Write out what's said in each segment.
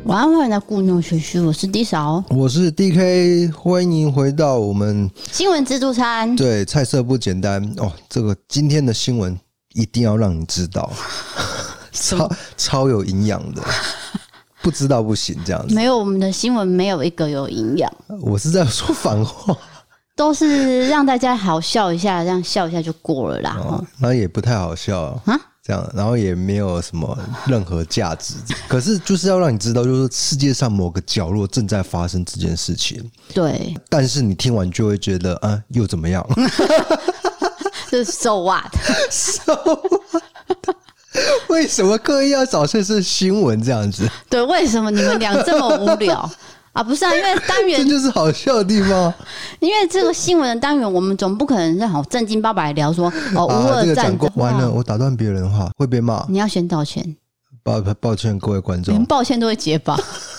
晚安，欢迎来故弄玄虚，我是 D 嫂， 我是 DK， 欢迎回到我们新闻自助餐。 对，菜色不简单哦。这个今天的新闻一定要让你知道，超有营养的，不知道不行这样子。 没有，我们的新闻没有一个有营养， 我是在说反话， 都是让大家好笑一下，这样笑一下就过了啦。 那也不太好笑啊。这样，然后也没有什么任何价值，可是就是要让你知道，就是世界上某个角落正在发生这件事情。 对， 但是你听完就会觉得，又怎么样？ 就是 so what？ So what？ 为什么刻意要找这是新闻这样子？ 对，为什么你们俩这么无聊？啊，不是啊，因为单元这就是好笑的地方。 因为这个新闻的单元，我们总不可能是好正经八百聊说乌俄战争。 完了，我打断别人的话会被骂。 你要先道歉。 抱歉各位观众， 连抱歉都会结巴。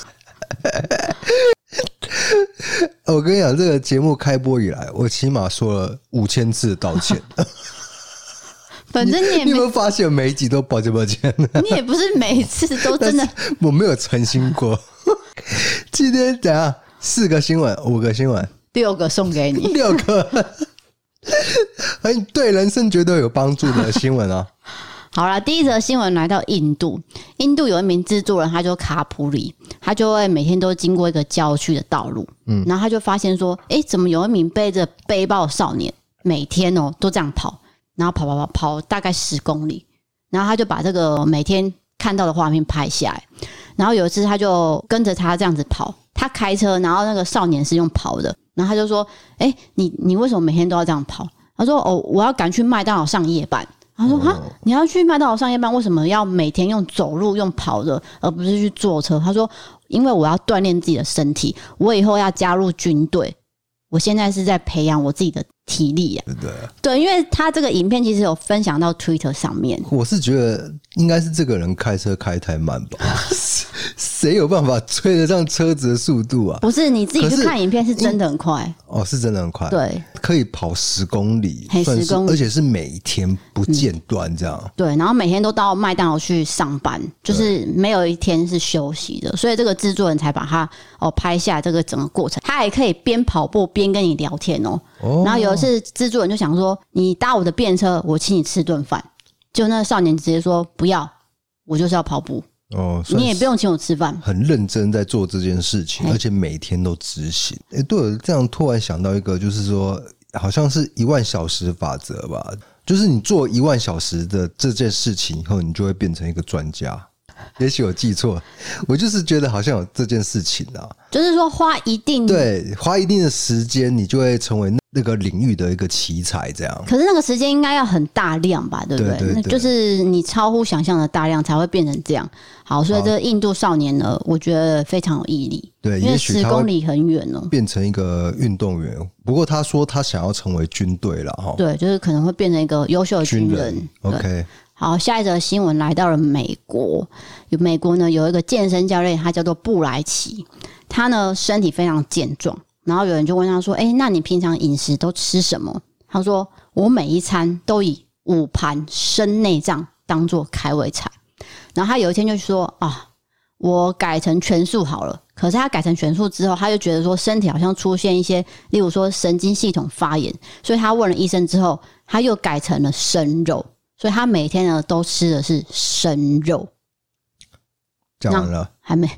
我跟你讲，这个节目开播以来，我起码说了5000次道歉。 反正你有没有发现每一集都抱歉？ 你也不是每一次都真的， 我没有诚心过。今天怎样？4个新闻，5个新闻 ，6个送给你 ，6个，对人生绝对有帮助的新闻啊！ 好啦，第一则新闻来到印度，印度有一名制作人，他就卡普里，他就会每天都经过一个郊区的道路，然后他就发现说，怎么有一名背着背包的少年，每天都这样跑，然后跑大概10公里，然后他就把这个每天看到的画面拍下来。然后有一次他就跟着他这样子跑，他开车，然后那个少年是用跑的，然后他就说你为什么每天都要这样跑？他说我要赶去麦当劳上夜班。他说你要去麦当劳上夜班，为什么要每天用走路用跑的而不是去坐车？他说因为我要锻炼自己的身体，我以后要加入军队，我现在是在培养我自己的体力啊。对，因为他这个影片其实有分享到 Twitter 上面。 我是觉得应该是这个人开车开太慢吧。谁有办法追得上车子的速度啊？ 不是，你自己去看影片是真的很快。 是真的很快。 对， 可以跑10公里，10公里，而且是每天不间断这样。 对，然后每天都到麦当劳去上班，就是没有一天是休息的，所以这个制作人才把他拍下这个整个过程。他还可以边跑步边跟你聊天哦。然后有一次制作人就想说，你搭我的便车，我请你吃顿饭。就那个少年直接说不要，我就是要跑步。你也不用请我吃饭。很认真在做这件事情，而且每天都执行。对，这样突然想到一个，就是说好像是10000小时法则吧，就是你做10000小时的这件事情以后，你就会变成一个专家。也许我记错，我就是觉得好像有这件事情啊， 就是说花一定的时间，你就会成为那个领域的一个奇才这样。 可是那个时间应该要很大量吧，对不对？对，就是你超乎想象的大量才会变成这样。好，所以这个印度少年呢，我觉得非常有毅力。 对， 因为10公里很远哦， 变成一个运动员。不过他说他想要成为军队啦， 对，就是可能会变成一个优秀的军人。 OK。好， 下一则新闻来到了美国。美国呢有一个健身教练，他叫做布莱奇，他呢身体非常健壮。然后有人就问他说：“那你平常饮食都吃什么？”他说：“我每一餐都以5盘生内脏当做开胃菜。”然后他有一天就说：“我改成全素好了。”可是他改成全素之后，他就觉得说身体好像出现一些，例如说神经系统发炎，所以他问了医生之后，他又改成了生肉。所以他每天呢都吃的是生肉。 讲完了？ 还没。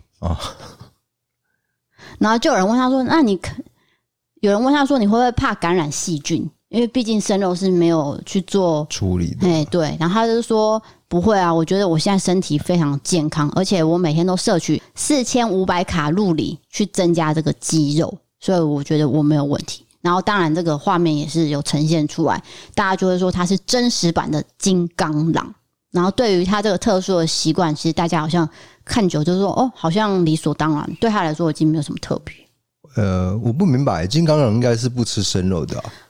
然后就有人问他说：“有人问他说你会不会怕感染细菌？因为毕竟生肉是没有去做处理的。” 对。然后他就说：“不会啊，我觉得我现在身体非常健康，而且我每天都摄取4500卡路里去增加这个肌肉，所以我觉得我没有问题。”然后当然这个画面也是有呈现出来，大家就会说他是真实版的金刚狼。然后对于他这个特殊的习惯，其实大家好像看久就说好像理所当然，对他来说已经没有什么特别。 我不明白，金刚狼应该是不吃生肉的。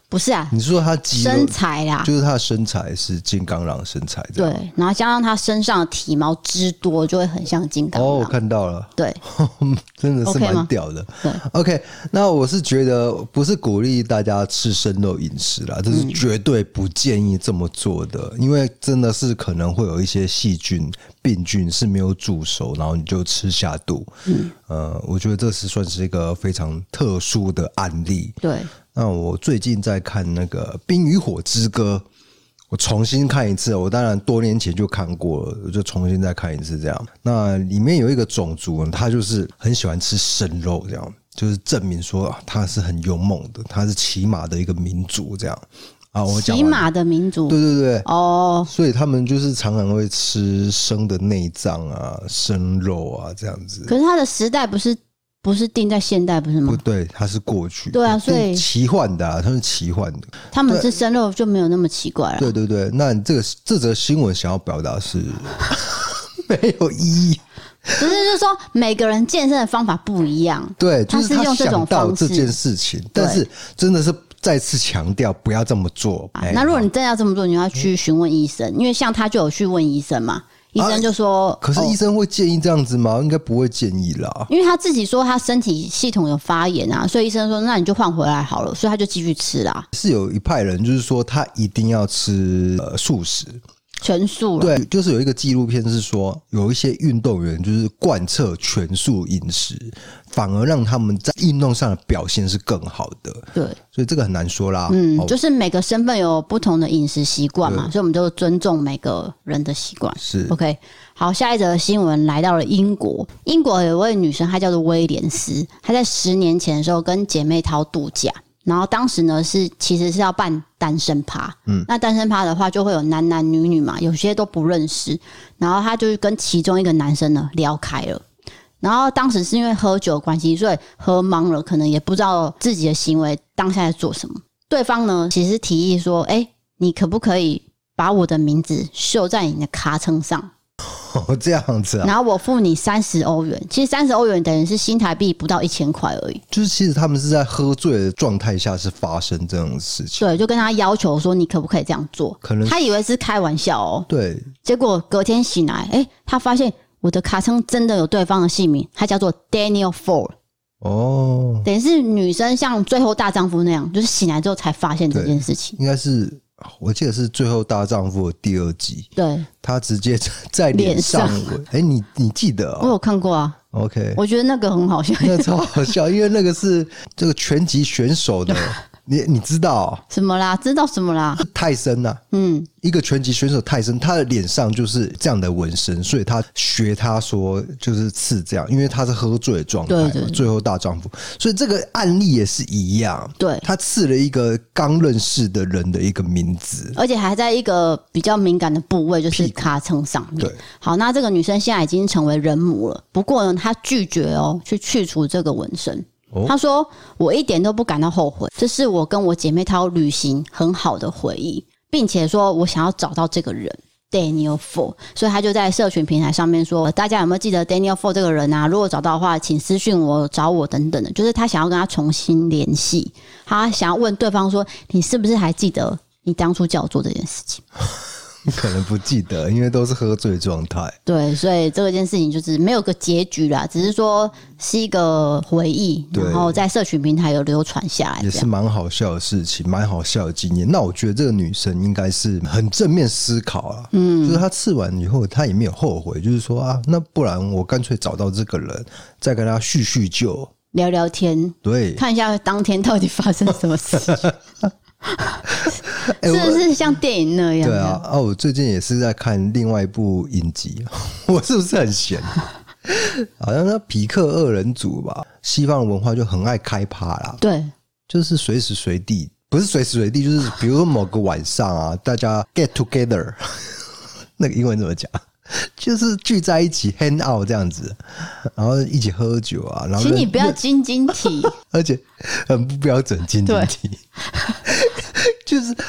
不是啊， 你是说他肌肉身材啦， 就是他的身材是金刚狼身材这样， 对，然后加上他身上的体毛之多，就会很像金刚狼。 我看到了， 对， 真的是 OK 蛮屌的。 对 OK， 那我是觉得不是鼓励大家吃生肉饮食啦，这是绝对不建议这么做的，因为真的是可能会有一些细菌、病菌是没有煮熟，然后你就吃下肚。我觉得这是算是一个非常特殊的案例。 对。 那我最近在看那个《冰与火之歌》，我重新看一次。我当然多年前就看过了，我就重新再看一次这样。那里面有一个种族，他就是很喜欢吃生肉，这样就是证明说他是很勇猛的，他是骑马的一个民族这样。我讲骑马的民族， 对对对， 所以他们就是常常会吃生的内脏啊、生肉啊这样子。 可是他的时代不是定在现代，不是吗？ 不对，它是过去。 对啊，所以奇幻的啊，它是奇幻的。 他们吃生肉就没有那么奇怪了。 对对对，那这则新闻想要表达是没有意义。 只是就是说每个人健身的方法不一样， 对，就是他用这种方式想到这件事情，但是真的是再次强调不要这么做。 那如果你真的要这么做，你要去询问医生，因为像他就有去问医生嘛。医生就说， 可是医生会建议这样子吗？应该不会建议啦， 因为他自己说他身体系统有发炎啊，所以医生说那你就换回来好了，所以他就继续吃啦。 是有一派人就是说他一定要吃素食。 全素了， 对，就是有一个纪录片是说，有一些运动员就是贯彻全素饮食，反而让他们在运动上的表现是更好的。 对， 所以这个很难说啦。 就是每个身份有不同的饮食习惯嘛，所以我们就尊重每个人的习惯。 是 OK。好，下一则新闻来到了英国。英国有一位女生，她叫做威廉斯，她在10年前的时候跟姐妹淘度假。然后当时呢其实是要办单身趴，那单身趴的话就会有男男女女嘛，有些都不认识，然后他就跟其中一个男生呢聊开了，然后当时是因为喝酒的关系，所以喝懵了，可能也不知道自己的行为当下在做什么。对方呢其实提议说，你可不可以把我的名字绣在你的卡称上？ 这样子啊， 然后我付你30欧元，其实30欧元等于是新台币不到1000块而已。 就是其实他们是在喝醉的状态下是发生这样的事情。 对，就跟他要求说你可不可以这样做？可能他以为是开玩笑哦。 对， 结果隔天醒来，他发现我的卡称真的有对方的姓名，他叫做 Daniel Ford。等于是女生像最后大丈夫那样，就是醒来之后才发现这件事情。 应该是我记得是最后大丈夫的第2集， 对， 他直接在脸上你记得我有看过啊。 OK， 我觉得那个很好笑， 那个超好笑，因为那个是这个拳击选手的你知道什么啦？知道什么啦？ 泰森啊，一个拳击选手泰森，他的脸上就是这样的纹身，所以他学他说就是刺这样，因为他是喝醉的状态嘛，最后大丈夫，所以这个案例也是一样， 对， 他刺了一个刚认识的人的一个名字， 而且还在一个比较敏感的部位，就是卡称上面。 对， 好，那这个女生现在已经成为人母了，不过呢，她拒绝去去除这个纹身。他说我一点都不感到后悔，这是我跟我姐妹淘旅行很好的回忆，并且说我想要找到这个人 Daniel Ford， 所以他就在社群平台上面说，大家有没有记得 Daniel Ford 这个人啊？如果找到的话请私讯我找我等等的，就是他想要跟他重新联系，他想要问对方说你是不是还记得你当初叫我做这件事情。 可能不记得，因为都是喝醉状态。 对，所以这件事情就是没有个结局啦，只是说是一个回忆，然后在社群平台有流传下来， 也是蛮好笑的事情，蛮好笑的经验。那我觉得这个女生应该是很正面思考啊，就是她吃完以后，她也没有后悔，就是说啊，那不然我干脆找到这个人，再跟他叙叙旧， 聊聊天， 对， 看一下当天到底发生什么事情。是不是像电影那样？ 对啊，我最近也是在看另外一部影集，我是不是很闲？好像那皮克2人组吧，西方文化就很爱开趴啦， 对， 就是随时随地，不是随时随地，就是比如说某个晚上啊，大家 get together， 那个英文怎么讲？就是聚在一起 hang out 这样子，然后一起喝酒啊，然后请你不要晶晶体， 而且很不标准晶晶体，就是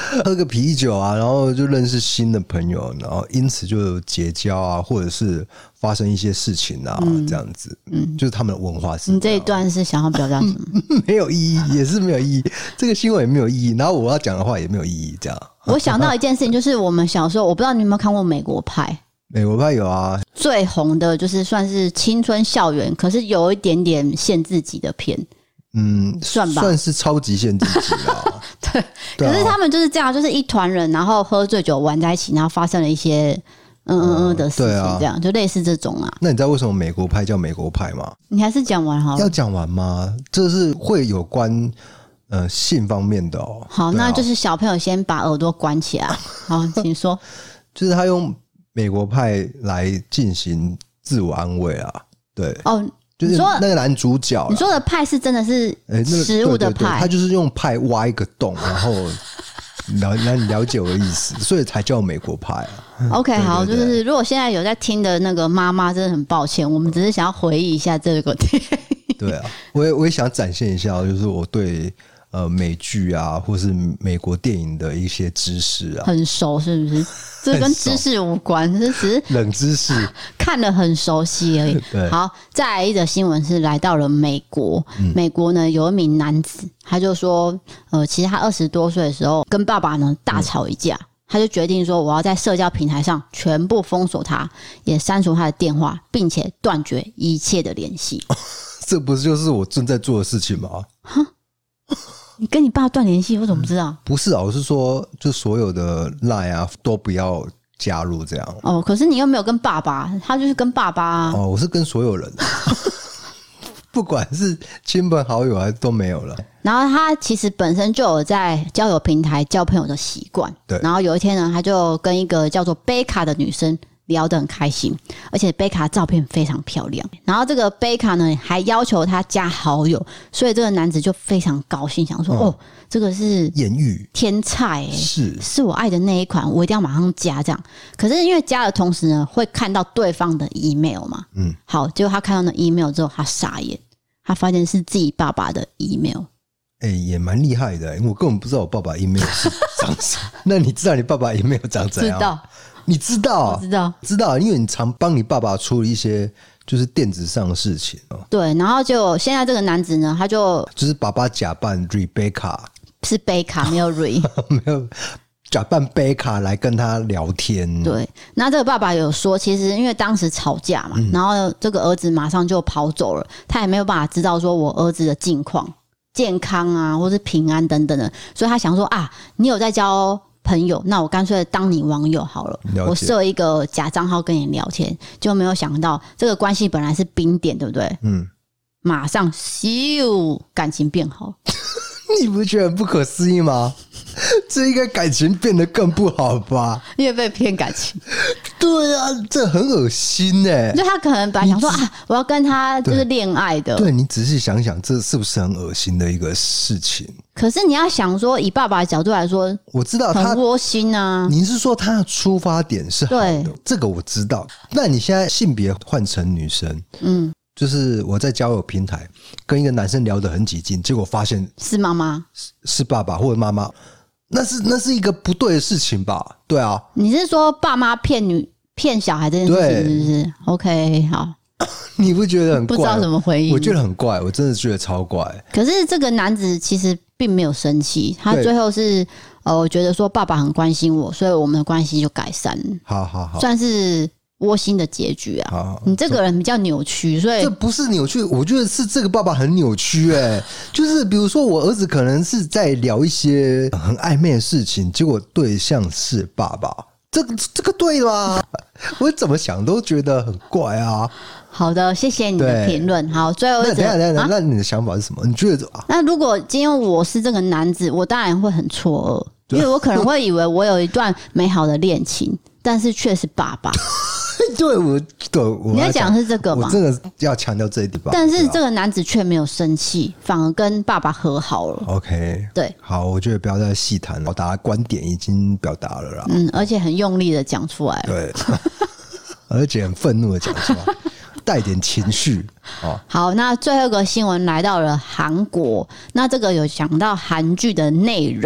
喝个啤酒啊，然后就认识新的朋友，然后因此就结交啊，或者是发生一些事情啊，这样子，就是他们的文化是。 你这一段是想要表达什么？ 没有意义，也是没有意义。这个新闻也没有意义，然后我要讲的话也没有意义，这样。 我想到一件事情，就是我们小时候，我不知道你有没有看过美国派。 美国派有啊， 最红的就是算是青春校园，可是有一点点限制级的片，算吧， 算是超级限制级啊。 对，可是他们就是这样，就是一团人，然后喝醉酒玩在一起，然后发生了一些的事情，这样就类似这种啊。 那你知道为什么美国派叫美国派吗？ 你还是讲完好了。 要讲完吗？这是会有关性方面的哦。 好，那就是小朋友先把耳朵关起来。好，请说。 就是他用美国派来进行自我安慰啊，对哦，就是那个男主角， 你说的派是真的是食物的派， 对，他就是用派挖一个洞，然后来了解我的意思，所以才叫美国派啊。 OK， 好，就是如果现在有在听的那个妈妈，真的很抱歉，我们只是想要回忆一下这个电影。 对啊，我也想展现一下，就是我对美剧啊，或是美国电影的一些知识啊， 很熟是不是？这跟知识无关，这只是冷知识， 看得很熟悉而已。好，再来一则新闻是来到了美国，美国呢有一名男子，他就说，其实他20多岁的时候跟爸爸呢大吵一架，他就决定说我要在社交平台上全部封锁他，也删除他的电话，并且断绝一切的联系。 这不是就是我正在做的事情吗？ 你跟你爸断联系，我怎么不知道？ 不是啊，我是说，就所有的 LINE 啊，都不要加入这样。 哦，可是你又没有跟爸爸，他就是跟爸爸啊。 哦，我是跟所有人，不管是亲朋好友还是都没有了。 然后他其实本身就有在交友平台交朋友的习惯，对。然后有一天呢，他就跟一个叫做贝卡的女生聊得很开心，而且贝卡的照片非常漂亮。然后这个贝卡呢还要求他加好友，所以这个男子就非常高兴，想说哦，这个是艳遇天菜是我爱的那一款，我一定要马上加这样。可是因为加的同时呢，会看到对方的 email 嘛，好，结果他看到那 email 之后，他傻眼，他发现是自己爸爸的 email。 也蛮厉害的，因为我根本不知道我爸爸 email 是长什么。那你知道你爸爸 email 长怎样？ 知道。 你知道？ 我知道， 因为你常帮你爸爸处理一些就是电子上的事情哦。 对，然后就现在这个男子呢，他就是爸爸假扮 Rebecca， 是贝卡没有 Re， 没有假扮贝卡来跟他聊天。 对，那这个爸爸有说，其实因为当时吵架嘛，然后这个儿子马上就跑走了，他也没有办法知道说我儿子的近况、健康啊，或是平安等等的，所以他想说啊，你有在交朋友，那我干脆当你网友好了，我设一个假账号跟你聊天，就没有想到这个关系本来是冰点，对不对？马上咻，感情变好。 你不觉得很不可思议吗？这应该感情变得更不好吧？ 因为被骗感情。 对啊，这很恶心欸。 就他可能本来想说啊，我要跟他就是恋爱的。 对，你仔细想想，这是不是很恶心的一个事情？ 可是你要想说，以爸爸的角度来说， 我知道他很窝心啊。 你是说他的出发点是好的，这个我知道。那你现在性别换成女生，就是我在交友平台跟一个男生聊得很起劲，结果发现是妈妈， 是爸爸或者妈妈，那是一个不对的事情吧？对啊， 你是说爸妈骗小孩这件事情是不是 ？OK， 好， 你不觉得很怪？ 不知道怎么回应， 我觉得很怪，我真的觉得超怪。 可是这个男子其实并没有生气，他最后是我觉得说爸爸很关心我，所以我们的关系就改善。 好， 算是窝心的结局啊！你这个人比较扭曲，所以这不是扭曲，我觉得是这个爸爸很扭曲就是比如说我儿子可能是在聊一些很暧昧的事情，结果对象是爸爸，这个对吗？我怎么想都觉得很怪啊。 好的，谢谢你的评论。好，最后一则， 等一下，那你的想法是什么？你觉得那如果今天我是这个男子，我当然会很错愕，因为我可能会以为我有一段美好的恋情，但是却是爸爸。 对， 你要讲的是这个吗？ 我真的要强调这一点吧。 但是这个男子却没有生气，反而跟爸爸和好了。 OK， 对， 好，我觉得不要再细谈了，表达观点已经表达了啦。 而且很用力的讲出来了。 对，而且很愤怒的讲出来，带点情绪。 好，那最后一个新闻来到了韩国，那这个有讲到韩剧的内容。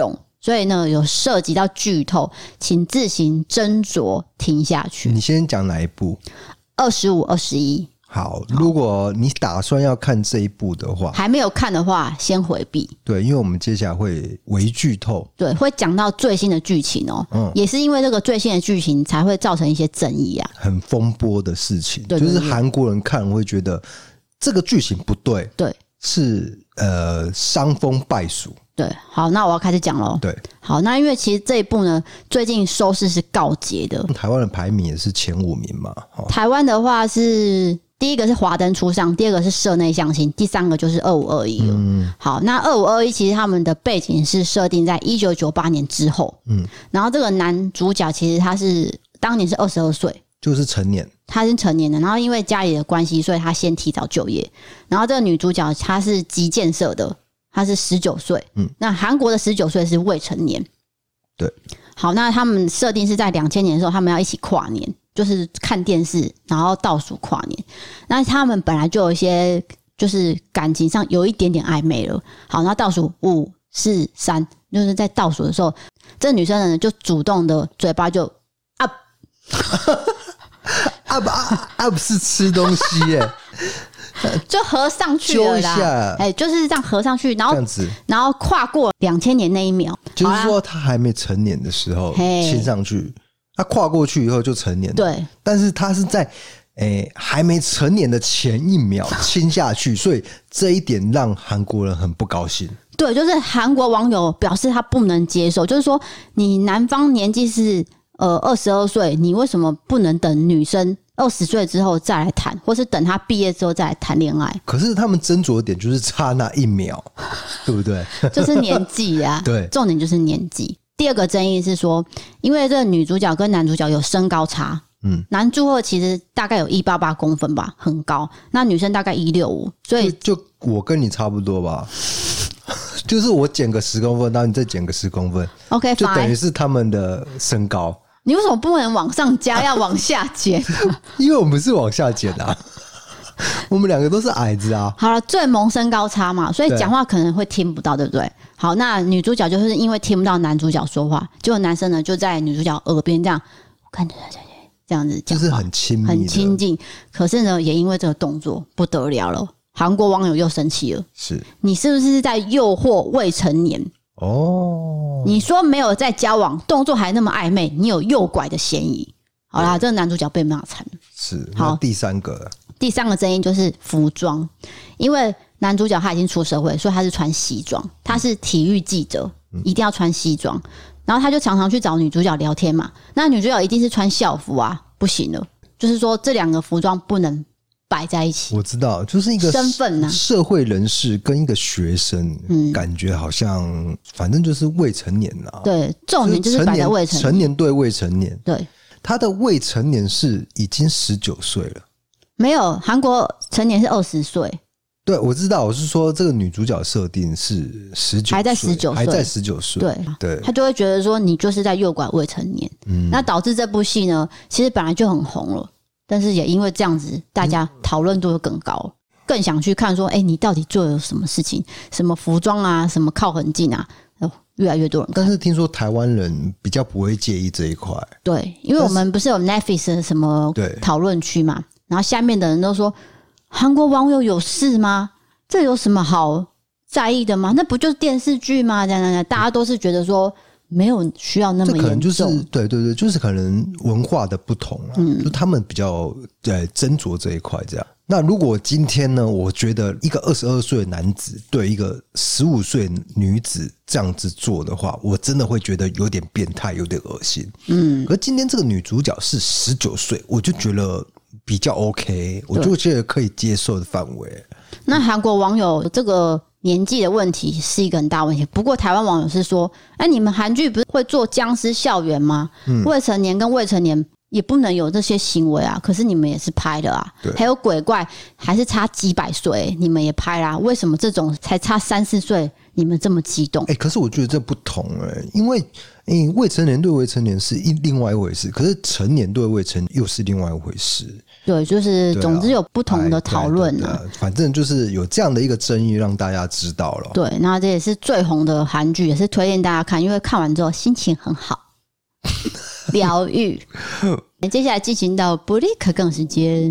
所以呢有涉及到剧透，请自行斟酌听下去。 你先讲哪一部 ？25、21。 好，如果你打算要看这一部的话， 还没有看的话先回避。 对，因为我们接下来会微剧透， 对，会讲到最新的剧情哦。也是因为这个最新的剧情才会造成一些争议啊， 很风波的事情。 对对对， 就是韩国人看会觉得这个剧情不对， 对， 是伤风败俗。 对，好，那我要开始讲咯。 对， 好，那因为其实这一部呢，最近收视是告捷的。 台湾的排名也是前5名嘛。 台湾的话是第一个是华灯初上，第二个是社内相亲，第三个就是2521了。好，那2521其实他们的背景是设定在1998年之后。然后这个男主角其实他是当年是22岁。 就是成年， 他是成年的，然后因为家里的关系，所以他先提早就业。然后这个女主角她是击剑社的，她是19岁。那韩国的19岁是未成年。 对， 好，那他们设定是在2000年的时候，他们要一起跨年，就是看电视，然后倒数跨年。那他们本来就有一些就是感情上有一点点暧昧了。好，那倒数5、4、3，就是在倒数的时候，这女生呢就主动的嘴巴就 up。 up 是吃东西耶， 就合上去了啦，就是这样合上去，然后这样子，然后跨过2000年那一秒， 就是说他还没成年的时候亲上去，他跨过去以后就成年了， 对， 但是他是在还没成年的前一秒亲下去，所以这一点让韩国人很不高兴。 对，就是韩国网友表示他不能接受，就是说你男方年纪是22岁，你为什么不能等女生20岁之后再来谈，或是等她毕业之后再来谈恋爱？ 可是他们斟酌的点就是差那一秒，对不对？ 就是年纪啊， 对， 重点就是年纪。第二个争议是说，因为这个女主角跟男主角有身高差，男主角其实大概有188公分吧，很高，那女生大概165，所以就我跟你差不多吧。就是我减个10公分，然后你再减个10公分 ，OK， 就等于是他们的身高。 你为什么不能往上加，要往下减？ 因为我们是往下减啊，我们2个都是矮子啊。 好了，最萌身高差嘛，所以讲话可能会听不到，对不对？好，那女主角就是因为听不到男主角说话，结果男生呢就在女主角耳边这样，我看着这样子讲话， 就是很亲密、 很亲近。可是呢，也因为这个动作不得了了，韩国网友又生气了。 是你是不是在诱惑未成年？哦，你说没有在交往，动作还那么暧昧，你有诱拐的嫌疑。好啦，这个男主角被骂惨了。 是，好，第三个争议就是服装，因为男主角他已经出社会，所以他是穿西装，他是体育记者，一定要穿西装。然后他就常常去找女主角聊天嘛，那女主角一定是穿校服啊，不行了，就是说这2个服装不能摆在一起。 我知道，就是一个身份啊， 社会人士跟一个学生，感觉好像反正就是未成年啊。 对，重点就是摆在未成年， 成年对未成年。 对， 他的未成年是已经19岁了， 没有，韩国成年是20岁。 对，我知道，我是说这个女主角设定是19岁， 还在19岁， 还在19岁。对， 他就会觉得说你就是在诱拐未成年。那导致这部戏呢，其实本来就很红了。但是也因为这样子，大家讨论度又更高，更想去看说，你到底做了什么事情？什么服装啊，什么靠痕镜啊，越来越多人看。 但是听说台湾人比较不会介意这一块， 对，因为我们不是有 Netflix 的什么讨论区嘛，然后下面的人都说，韩国网友有事吗？这有什么好在意的吗？那不就是电视剧吗？大家都是觉得说。没有需要那么严重， 这可能就是对，就是可能文化的不同啊，就他们比较斟酌这一块这样。那如果今天呢，我觉得一个22岁的男子对一个15岁女子这样子做的话，我真的会觉得有点变态，有点恶心。可今天这个女主角是19岁，我就觉得比较 OK， 我就觉得可以接受的范围。 那韩国网友这个年纪的问题是一个很大问题，不过台湾网友是说，你们韩剧不是会做僵尸校园吗？未成年跟未成年也不能有这些行为啊，可是你们也是拍的啊。还有鬼怪还是差几百岁，你们也拍啦，为什么这种才差3-4岁你们这么激动。 可是我觉得这不同因为未成年对未成年是另外一回事，可是成年对未成年又是另外一回事。 对，就是总之有不同的讨论反正就是有这样的一个争议让大家知道了。 对，那这也是最红的韩剧，也是推荐大家看，因为看完之后心情很好疗愈。接下来进行到布里克更时间。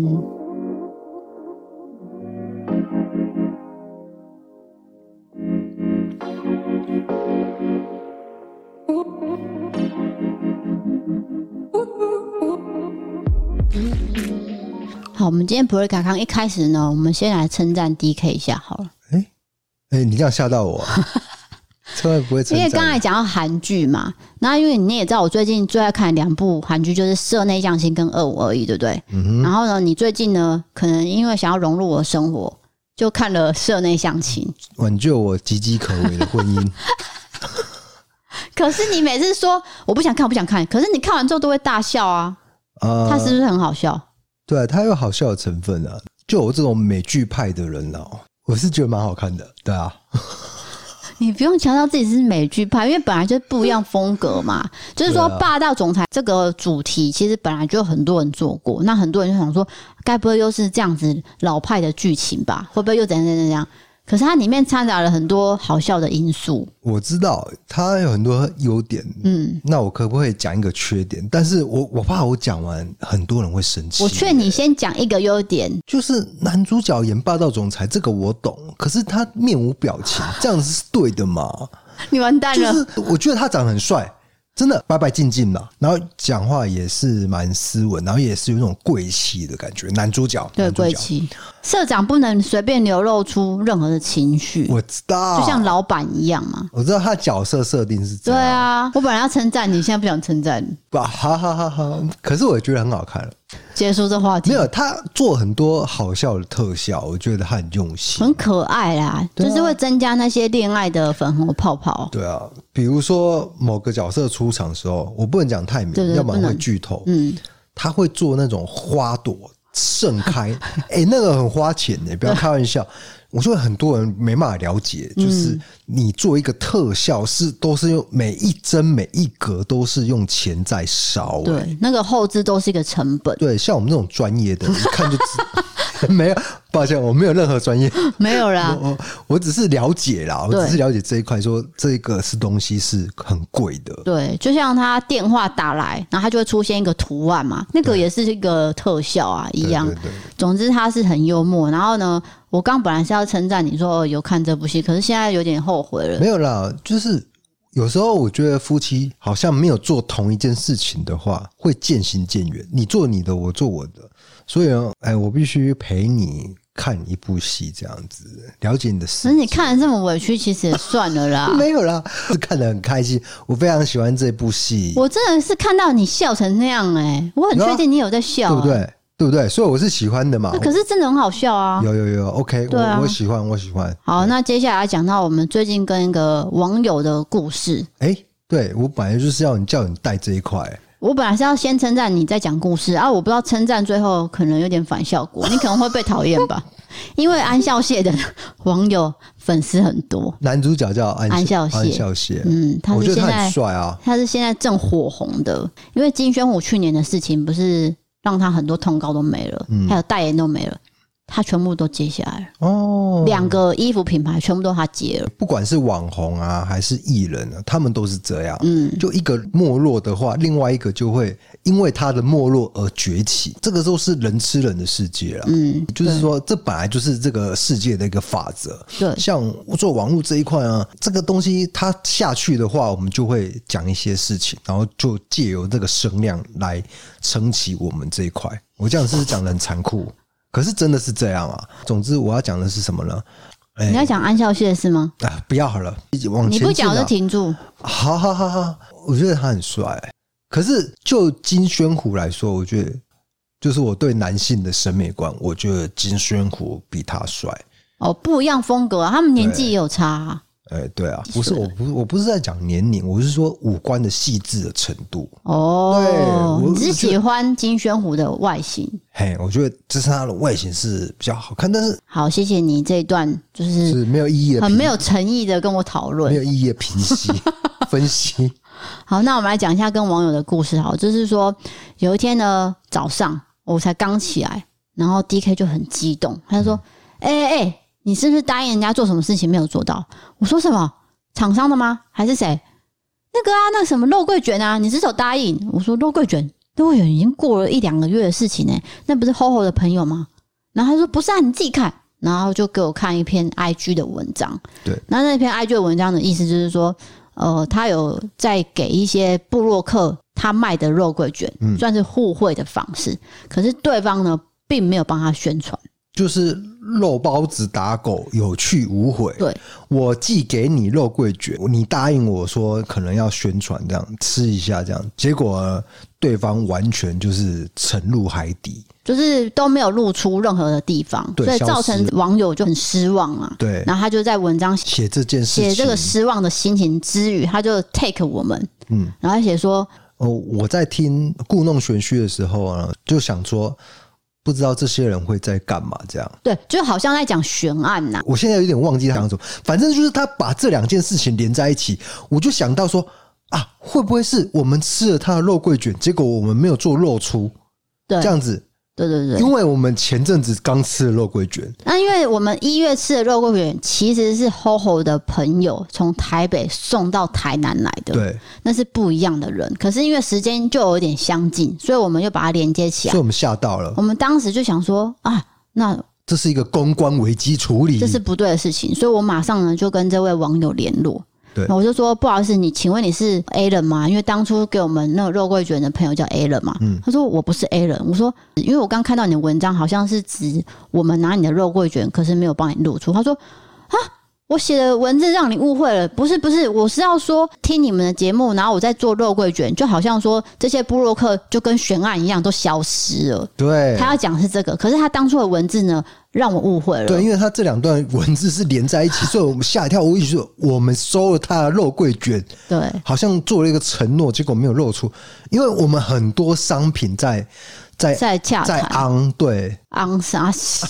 好，我们今天普瑞卡康一开始呢，我们先来称赞 DK 一下好了。 你这样吓到我千万不会称赞。 因为刚才讲到韩剧嘛，那因为你也知道我最近最爱看2部韩剧，就是《社内相亲》跟《2521》，对不对？然后呢，你最近呢，可能因为想要融入我的生活，就看了《社内相亲》， 挽救我岌岌可危的婚姻。 可是你每次说我不想看，我不想看，可是你看完之后都会大笑啊。他是不是很好笑？ 对啊，他有好笑的成分啊。就我这种美剧派的人啊，我是觉得蛮好看的。对啊， 你不用强调自己是美剧派，因为本来就不一样风格嘛。就是说霸道总裁这个主题其实本来就很多人做过，那很多人就想说该不会又是这样子老派的剧情吧，会不会又怎样怎样怎样。可是它里面掺杂了很多好笑的因素。我知道它有很多优点，那我可不可以讲一个缺点？但是我怕我讲完很多人会生气。 我劝你先讲一个优点， 就是男主角演霸道总裁，这个我懂，可是他面无表情，这样子是对的吗？ 你完蛋了。 就是我觉得他长得很帅，真的白白净净嘛，然后讲话也是蛮斯文，然后也是有那种贵气的感觉。男主角对贵气，社长不能随便流露出任何的情绪。 我知道， 就像老板一样嘛。 我知道他角色设定是这样。 对啊，我本来要称赞你，现在不想称赞你。 好好好好，可是我觉得很好看了。 结束这话题。 没有，他做很多好笑的特效，我觉得他很用心， 很可爱啦，就是会增加那些恋爱的粉红泡泡。 对啊，比如说某个角色出场的时候，我不能讲太明，要不然会剧透。他会做那种花朵盛开，那个很花钱的，不要开玩笑。我觉得很多人没办法了解，就是你做一个特效都是用每一帧每一格都是用钱在烧。 对，那个后置都是一个成本。 对，像我们这种专业的，一看就知没有，抱歉，我没有任何专业， 没有啦， 我只是了解啦，我只是了解这一块，说这个是东西是很贵的。 对，就像他电话打来，然后他就会出现一个图案嘛，那个也是一个特效啊，一样。对对对，总之他是很幽默。然后呢，我刚本来是要称赞你说有看这部戏，可是现在有点后悔了。 没有啦，就是有时候我觉得夫妻好像没有做同一件事情的话，会渐行渐远。你做你的，我做我的，所以我必须陪你看一部戏，这样子了解你的事情。 可是你看得这么委屈，其实也算了啦。 没有啦，是看得很开心，我非常喜欢这部戏。 我真的是看到你笑成那样我很确定你有在笑， 对不对？对不对？所以我是喜欢的嘛。 可是真的很好笑啊！ 有 ，OK，对啊，我喜欢。 好，那接下来讲到我们最近跟一个网友的故事。 对，我本来就是叫你带这一块。 我本来是要先称赞你再讲故事啊，我不知道称赞最后可能有点反效果，你可能会被讨厌吧。因为安孝燮的网友粉丝很多， 男主角叫安孝燮， 他是现在我觉得他很帅啊， 他是现在正火红的。因为金宣虎去年的事情不是让他很多通告都没了，还有代言都没了，他全部都接下来了。2个衣服品牌全部都他接了。不管是网红啊还是艺人啊，他们都是这样。就一个没落的话，另外一个就会因为他的没落而崛起，这个都是人吃人的世界啦。就是说这本来就是这个世界的一个法则。对，像做网络这一块啊，这个东西它下去的话，我们就会讲一些事情，然后就借由这个声量来撑起我们这一块。我这样是讲得很残酷，可是真的是这样啊。总之我要讲的是什么呢？ 你要讲安孝燮的事吗？ 不要好了，往前进。 你不讲我就停住。 好，我觉得他很帅。可是就金宣虎来说，我觉得就是我对男性的审美观，我觉得金宣虎比他帅。 不一样风格啊，他们年纪也有差啊。 对啊，不是我不是在讲年龄，我是说五官的细致的程度。 哦，对，你是喜欢金宣虎的外形？ 嘿，我觉得这是他的外形是比较好看，但是好，谢谢你这一段就是没有意义的， 很没有诚意的跟我讨论， 没有意义的评析分析。 好，那我们来讲一下跟网友的故事。好，就是说有一天呢早上我才刚起来，然后 DK 就很激动，他就说：“你是不是答应人家做什么事情没有做到？”我说：“什么？厂商的吗？还是谁？那个啊，那什么肉桂卷啊，你是手答应？”我说：“肉桂卷已经过了1-2个月的事情那不是 HOHO 的朋友吗？”然后他说：“不是啊，你自己看。”然后就给我看一篇 IG 的文章。 对， 那篇 IG 的文章的意思就是说，他有在给一些部落客他卖的肉桂卷，算是互惠的方式。可是对方呢，并没有帮他宣传。 就是肉包子打狗，有去无回。 对， 我寄给你肉桂卷，你答应我说可能要宣传这样吃一下这样，结果对方完全就是沉入海底， 就是都没有露出任何的地方，所以造成网友就很失望啊。 对， 然后他就在文章写这件事情， 写这个失望的心情之余，他就 take 我们，然后写说， 我在听故弄玄虚的时候呢，就想说。不知道这些人会在干嘛这样。 对，就好像在讲悬案呐。 我现在有点忘记他讲什么，反正就是他把这2件事情连在一起，我就想到说啊，会不会是我们吃了他的肉桂卷，结果我们没有做肉出，对，这样子。 对对对， 因为我们前阵子刚吃了肉桂卷， 那因为我们1月吃的肉桂卷其实是 HOHO 的朋友从台北送到台南来的， 对， 那是不一样的人。可是因为时间就有点相近，所以我们又把它连接起来， 所以我们吓到了。 我们当时就想说啊，那这是一个公关危机处理， 这是不对的事情，所以我马上呢就跟这位网友联络。 对， 我就说不好意思，请问你是 A 人吗？因为当初给我们那个肉桂卷的朋友叫 A 人嘛。他说我不是 A 人。我说因为我刚看到你的文章，好像是指我们拿你的肉桂卷，可是没有帮你露出。他说啊，我写的文字让你误会了，不是，我是要说听你们的节目，然后我在做肉桂卷，就好像说这些部落客就跟悬案一样都消失了。 对， 他要讲是这个，可是他当初的文字呢？让我误会了。 对，因为他这2段文字是连在一起，所以我们吓一跳。我以为说我们收了他的肉桂卷， 对， 好像做了一个承诺，结果没有露出。因为我们很多商品在洽谈， 在昂，对， 昂啥？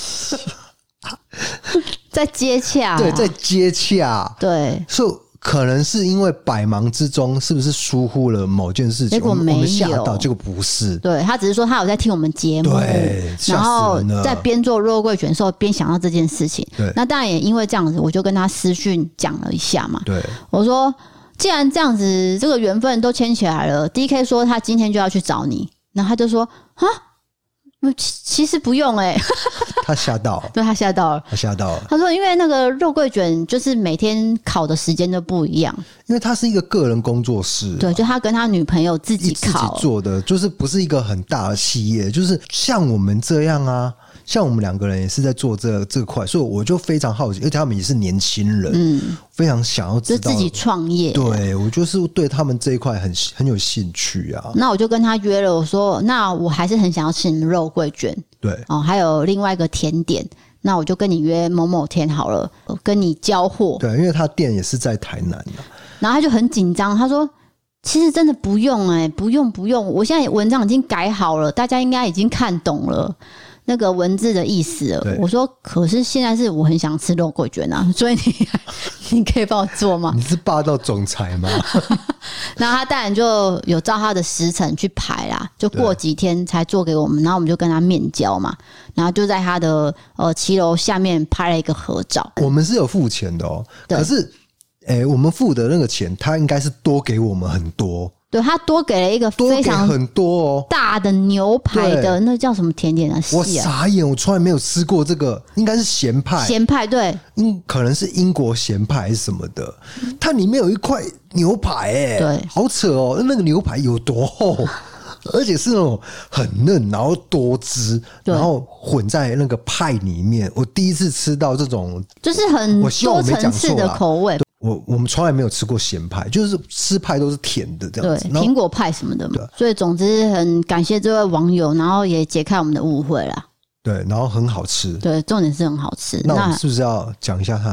在接洽， 对，在接洽， 对， 所以可能是因为百忙之中，是不是疏忽了某件事情？ 结果没有，我们吓到，结果不是。 对，他只是说他有在听我们节目， 对， 然后在边做肉桂卷的时候边想到这件事情。 对， 那当然也因为这样子，我就跟他私讯讲了一下嘛。 对， 我说既然这样子，这个缘分都牵起来了 ，DK 说他今天就要去找你，然后他就说啊。其实不用他吓到了， 对，他吓到了，他说因为那个肉桂卷就是每天烤的时间都不一样， 因为他是一个个人工作室， 对，就他跟他女朋友自己做的，就是不是一个很大的企业，就是像我们这样啊。像我们2个人也是在做这块，所以我就非常好奇，而且他们也是年轻人，非常想要知道， 就自己创业。 对，我就是对他们这一块很有兴趣啊。 那我就跟他约了，我说那我还是很想要吃你们肉桂卷， 对哦，还有另外一个甜点，那我就跟你约某某天好了，跟你交货。 对，因为他店也是在台南的， 然后他就很紧张，他说。其实真的不用不用，我现在文章已经改好了，大家应该已经看懂了那个文字的意思了。我说，可是现在是我很想吃肉桂卷啊，所以你可以帮我做吗？ 你是霸道总裁吗？ 然后他当然就有照他的时辰去排啦，就过几天才做给我们，然后我们就跟他面交嘛，然后就在他的骑楼下面拍了一个合照。 我们是有付钱的可是。我们付的那个钱，他应该是多给我们很多。 对，他多给了一个非常很多大的牛排的，那叫什么甜点啊？ 我傻眼，我从来没有吃过这个，应该是咸派。 咸派对， 可能是英国咸派还是什么的。它里面有一块牛排， 对， 好扯哦，那个牛排有多厚？而且是那种很嫩，然后多汁，然后混在那个派里面。我第一次吃到这种， 就是很多层次的口味。 我们从来没有吃过咸派，就是吃派都是甜的这样子， 对，苹果派什么的嘛。所以总之很感谢这位网友，然后也解开我们的误会啦。 对，然后很好吃。 对，重点是很好吃。 那我们是不是要讲一下它的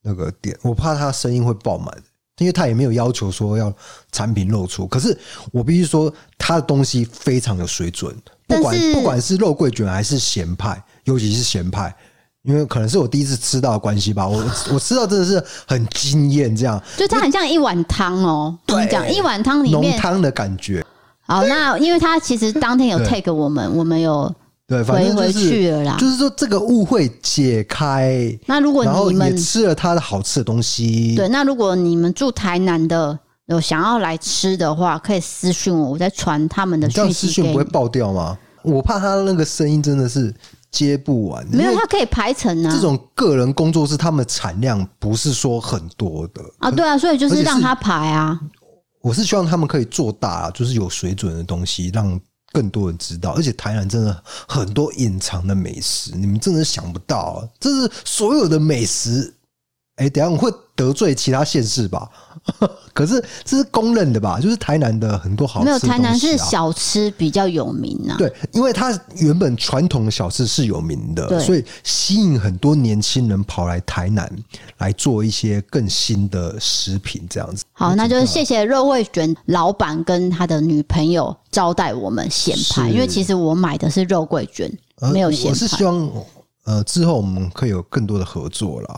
那个店，我怕他生意会爆满，因为他也没有要求说要产品露出。可是我必须说，他的东西非常有水准，不管是肉桂卷还是咸派，尤其是咸派。因为可能是我第一次吃到的关系吧，我吃到真的是很惊艳，这样就它很像一碗汤哦。 对， 讲一碗汤里面浓汤的感觉。 好，那因为他其实当天有 take 我们有对，反正回去了啦。 就是说这个误会解开。 那如果你们也吃了他的好吃的东西， 对，那如果你们住台南的有想要来吃的话，可以私讯我，我再传他们的讯息给你。 这样私讯不会爆掉吗？我怕他那个声音真的是接不完。 没有，它可以排程啊。 这种个人工作室，他们产量不是说很多的啊，对啊，所以就是让他排啊。 我是希望他们可以做大，就是有水准的东西，让更多人知道。而且台南真的很多隐藏的美食，你们真的想不到，这是所有的美食。等一下我会得罪其他县市吧？可是这是公认的吧？就是台南的很多好吃的东西啊。 没有，台南是小吃比较有名啊。 对，因为它原本传统的小吃是有名的，所以吸引很多年轻人跑来台南来做一些更新的食品，这样子。 好，那就是谢谢肉桂卷老板跟他的女朋友招待我们咸派，因为其实我买的是肉桂卷，没有咸派。 我是希望之后我们可以有更多的合作啦。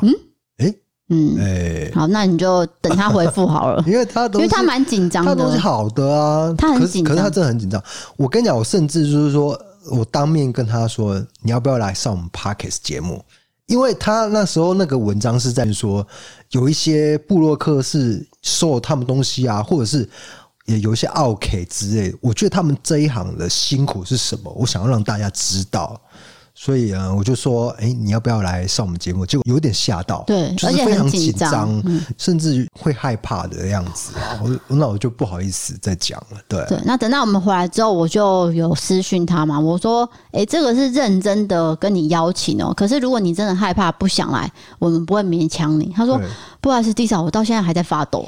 好，那你就等他回复好了， 因为他蛮紧张的， 他东西好的啊， 他很紧张， 可是他真的很紧张。我跟你讲，我甚至就是说我当面跟他说，你要不要来上我们 Podcast 节目？因为他那时候那个文章是在说，有一些部落客是收他们东西啊，或者是也有一些奥 K 之类的。我觉得他们这一行的辛苦是什么，我想要让大家知道。所以我就说，你要不要来上我们节目？结果有点吓到， 对， 就是非常紧张，甚至会害怕的样子。那我就不好意思再讲了。对， 那等到我们回来之后，我就有私讯他嘛，我说，这个是认真的跟你邀请哦，可是如果你真的害怕不想来，我们不会勉强你。他说，不好意思，弟嫂，我到现在还在发抖。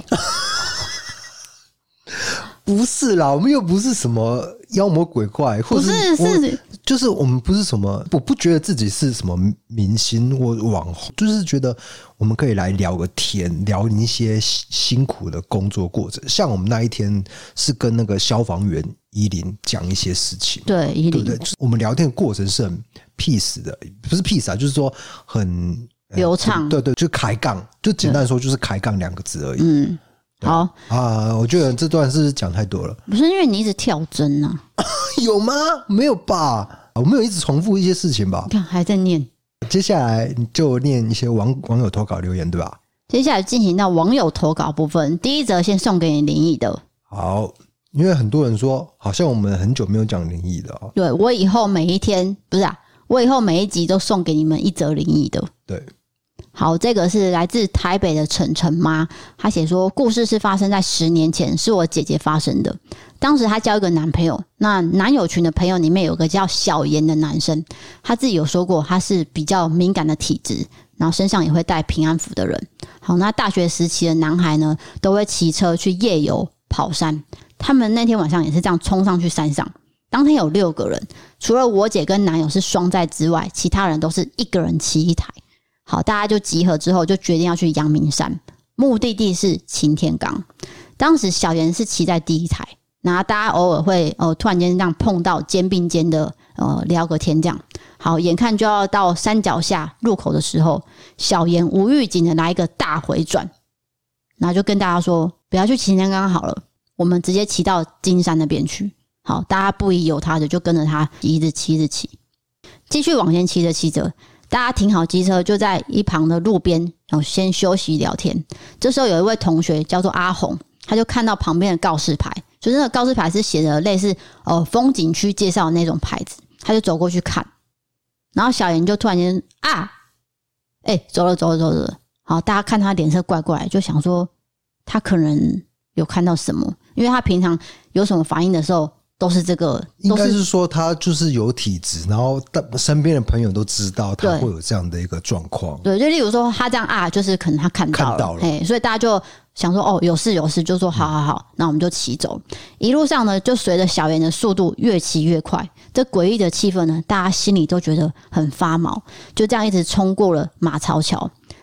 不是啦，我们又不是什么妖魔鬼怪，或者是就是我们不是什么，我不觉得自己是什么明星或网红，就是觉得我们可以来聊个天，聊一些辛苦的工作过程。像我们那一天是跟那个消防员依林讲一些事情， 对，依林， 对不对？我们聊天的过程是很 peace 的，不是 peace 啊，就是说很流畅， 对，就开杠，就简单说就是开杠2个字而已。 好啊，我觉得这段是讲太多了。 不是因为你一直跳针啊？ 有吗？没有吧？我没有一直重复一些事情吧？ 你看还在念。 接下来你就念一些网友投稿留言，对吧？ 接下来进行到网友投稿部分，第一则先送给你灵异的。 好，因为很多人说好像我们很久没有讲灵异了哦。 对，我以后每一天不是啊，我以后每一集都送给你们一则灵异的。 对。 好，这个是来自台北的晨晨妈，她写说故事是发生在10年前，是我姐姐发生的。当时她交一个男朋友，那男友群的朋友里面有个叫小妍的男生，他自己有说过他是比较敏感的体质，然后身上也会带平安符的人。好，那大学时期的男孩呢，都会骑车去夜游跑山，他们那天晚上也是这样冲上去山上。当天有6个人，除了我姐跟男友是双载之外，其他人都是一个人骑一台。好，大家就集合之后就决定要去阳明山，目的地是擎天岗。当时小妍是骑在第一台，然后大家偶尔会突然间这样碰到肩并肩的聊个天这样。好，眼看就要到山脚下入口的时候，小妍无预警的来一个大回转，然后就跟大家说不要去擎天岗好了，我们直接骑到金山那边去。好，大家不疑有他的就跟着他一直骑，继续往前骑着。大家停好机车，就在一旁的路边先休息聊天。这时候有一位同学叫做阿红，他就看到旁边的告示牌，就那个告示牌是写的类似风景区介绍的那种牌子，他就走过去看，然后小妍就突然间走了。好，大家看他脸色怪怪，就想说他可能有看到什么，因为他平常有什么反应的时候都是这个， 应该是说他就是有体质，然后身边的朋友都知道他会有这样的一个状况。 对，就例如说他这样就是可能他看到了，所以大家就想说有事，就说好，那我们就骑走。一路上呢，就随着小妍的速度越骑越快，这诡异的气氛呢，大家心里都觉得很发毛。就这样一直冲过了马槽桥，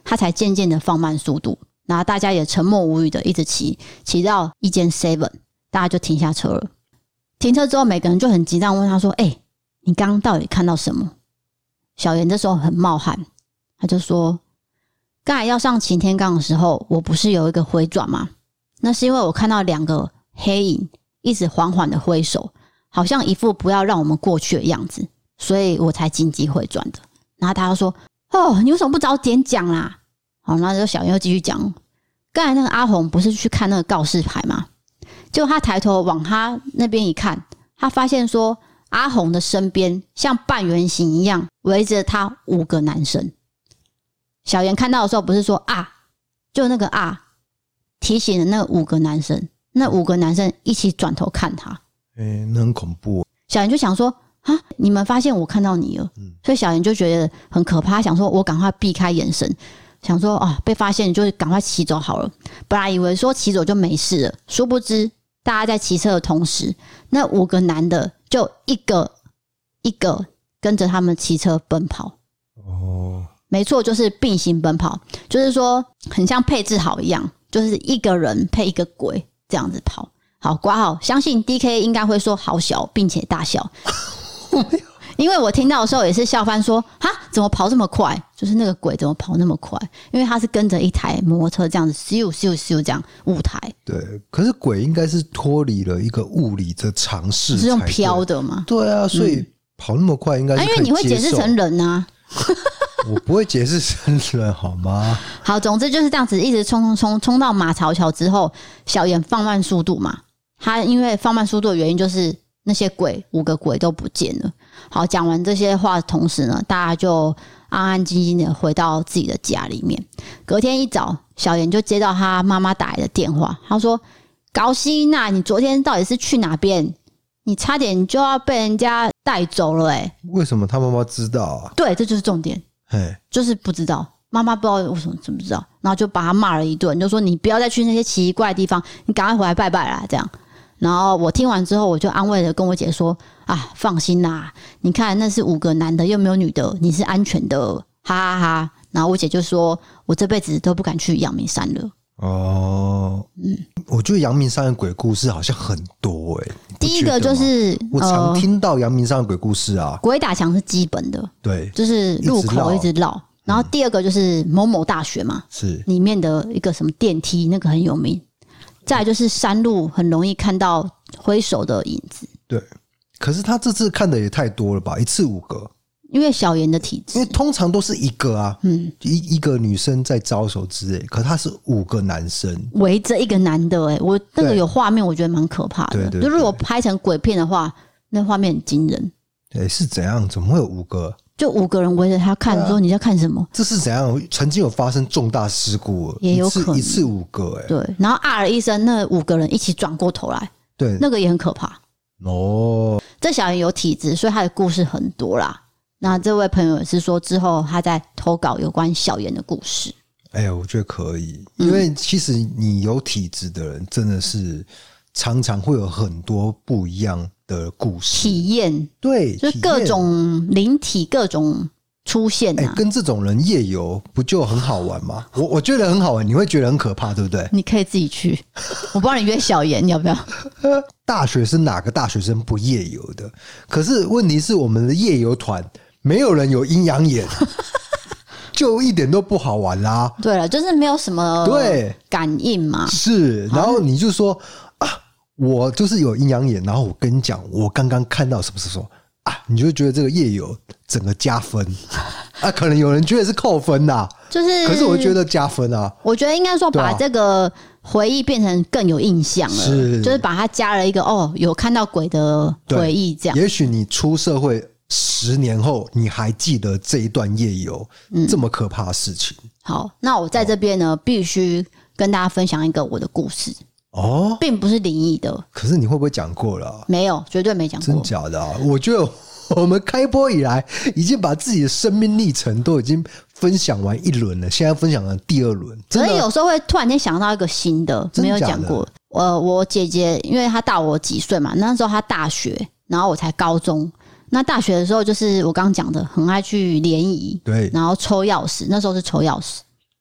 他才渐渐的放慢速度，然后大家也沉默无语的一直骑到一间 7， 大家就停下车了。停车之后，每个人就很急张问他说：“你刚刚到底看到什么？”小妍这时候很冒汗，他就说：“刚才要上擎天岗的时候，我不是有一个回转吗？那是因为我看到2个黑影一直缓缓的挥手，好像一副不要让我们过去的样子，所以我才紧急回转的。”然后他就说：“你为什么不早点讲啦？”好，那就小妍又继续讲，刚才那个阿红不是去看那个告示牌吗？结果他抬头往他那边一看，他发现说阿红的身边像半圆形一样围着他5个男生。小妍看到的时候不是说啊，就那个啊提醒了那5个男生，那5个男生一起转头看他。 那很恐怖。 小妍就想说啊，你们发现我看到你了，所以小妍就觉得很可怕，想说我赶快避开眼神，想说被发现就趕快骑走好了。本来以为说骑走就没事了，殊不知大家在骑车的同时，那5个男的就一个一个跟着他们骑车奔跑。没错，就是并行奔跑，就是说很像配置好一样，就是一个人配一个鬼这样子跑。好，括号相信 DK 应该会说好小并且大笑。因为我听到的时候也是笑翻说哈，怎么跑这么快，就是那个鬼怎么跑那么快，因为他是跟着一台摩托车这样子咻咻咻这样5台。 对，可是鬼应该是脱离了一个物理的常识， 是用飘的吗？ 对啊，所以跑那么快应该是可以接受。 因为你会解释成人啊。 我不会解释成人好吗？ 好，总之就是这样子一直冲到马槽桥之后，小妍放慢速度嘛。他因为放慢速度的原因就是那些鬼5个鬼都不见了。好，讲完这些话的同时呢，大家就安安静静的回到自己的家里面。隔天一早，小妍就接到他妈妈打来的电话，他说：“高希娜，你昨天到底是去哪边？你差点就要被人家带走了为什么他妈妈知道啊？ 对，这就是重点，就是不知道。妈妈不知道为什么怎么知道，然后就把他骂了一顿，就说你不要再去那些奇怪的地方，你赶快回来拜拜啦，这样。然后我听完之后，我就安慰的跟我姐说：“啊，放心啦，你看那是5个男的又没有女的，你是安全的，哈哈哈。”然后我姐就说：“我这辈子都不敢去阳明山了。” 我觉得阳明山的鬼故事好像很多第一个就是我常听到阳明山的鬼故事啊， 鬼打墙是基本的， 对， 就是路口一直绕。然后第二个就是某某大学嘛， 是里面的一个什么电梯，那个很有名。再来就是山路很容易看到挥手的影子。 对，可是他这次看的也太多了吧，一次5个。 因为小妍的体质， 因为通常都是一个啊，一个女生在招手之类，可他是5个男生围着一个男的我那个有画面，我觉得蛮可怕的。 对对对， 就如果拍成鬼片的话，那画面很惊人。 对，是怎样？怎么会有5个？ 就5个人围着他看，说你在看什么？ 这是怎样？曾经有发生重大事故， 也有可能一次5个对，然后啊了一声，那5个人一起转过头来， 对， 那个也很可怕。这小妍有体质，所以他的故事很多啦。那这位朋友也是说，之后他在投稿有关小妍的故事。 我觉得可以，因为其实你有体质的人，真的是常常会有很多不一样的故事体验， 对， 就是各种灵体各种出现跟这种人夜游不就很好玩吗？我觉得很好玩，你会觉得很可怕，对不对？ 你可以自己去，我帮你约小妍，要不要？ 大学生哪个大学生不夜游的？可是问题是我们的夜游团没有人有阴阳眼。就一点都不好玩啦。 对了，就是没有什么感应嘛。 是，然后你就说啊，我就是有阴阳眼，然后我跟你讲，我刚刚看到什么时候啊，你就觉得这个夜游整个加分啊，可能有人觉得是扣分呐，就是可是我觉得加分啊。 我觉得应该说把这个回忆变成更有印象了，就是把它加了一个有看到鬼的回忆这样。 也许你出社会10年后，你还记得这一段夜游这么可怕的事情。 好，那我在这边呢，必须跟大家分享一个我的故事哦，并不是灵异的。 可是你会不会讲过了啊？ 没有，绝对没讲过。 真假的啊？我觉得我们开播以来，已经把自己的生命历程都已经分享完1轮了，现在分享了第2轮。 所以有时候会突然间想到一个新的，没有讲过。我姐姐因为她大我几岁嘛，那时候她大学，然后我才高中。那大学的时候，就是我刚刚讲的，很爱去联谊， 对， 然后抽钥匙，那时候是抽钥匙，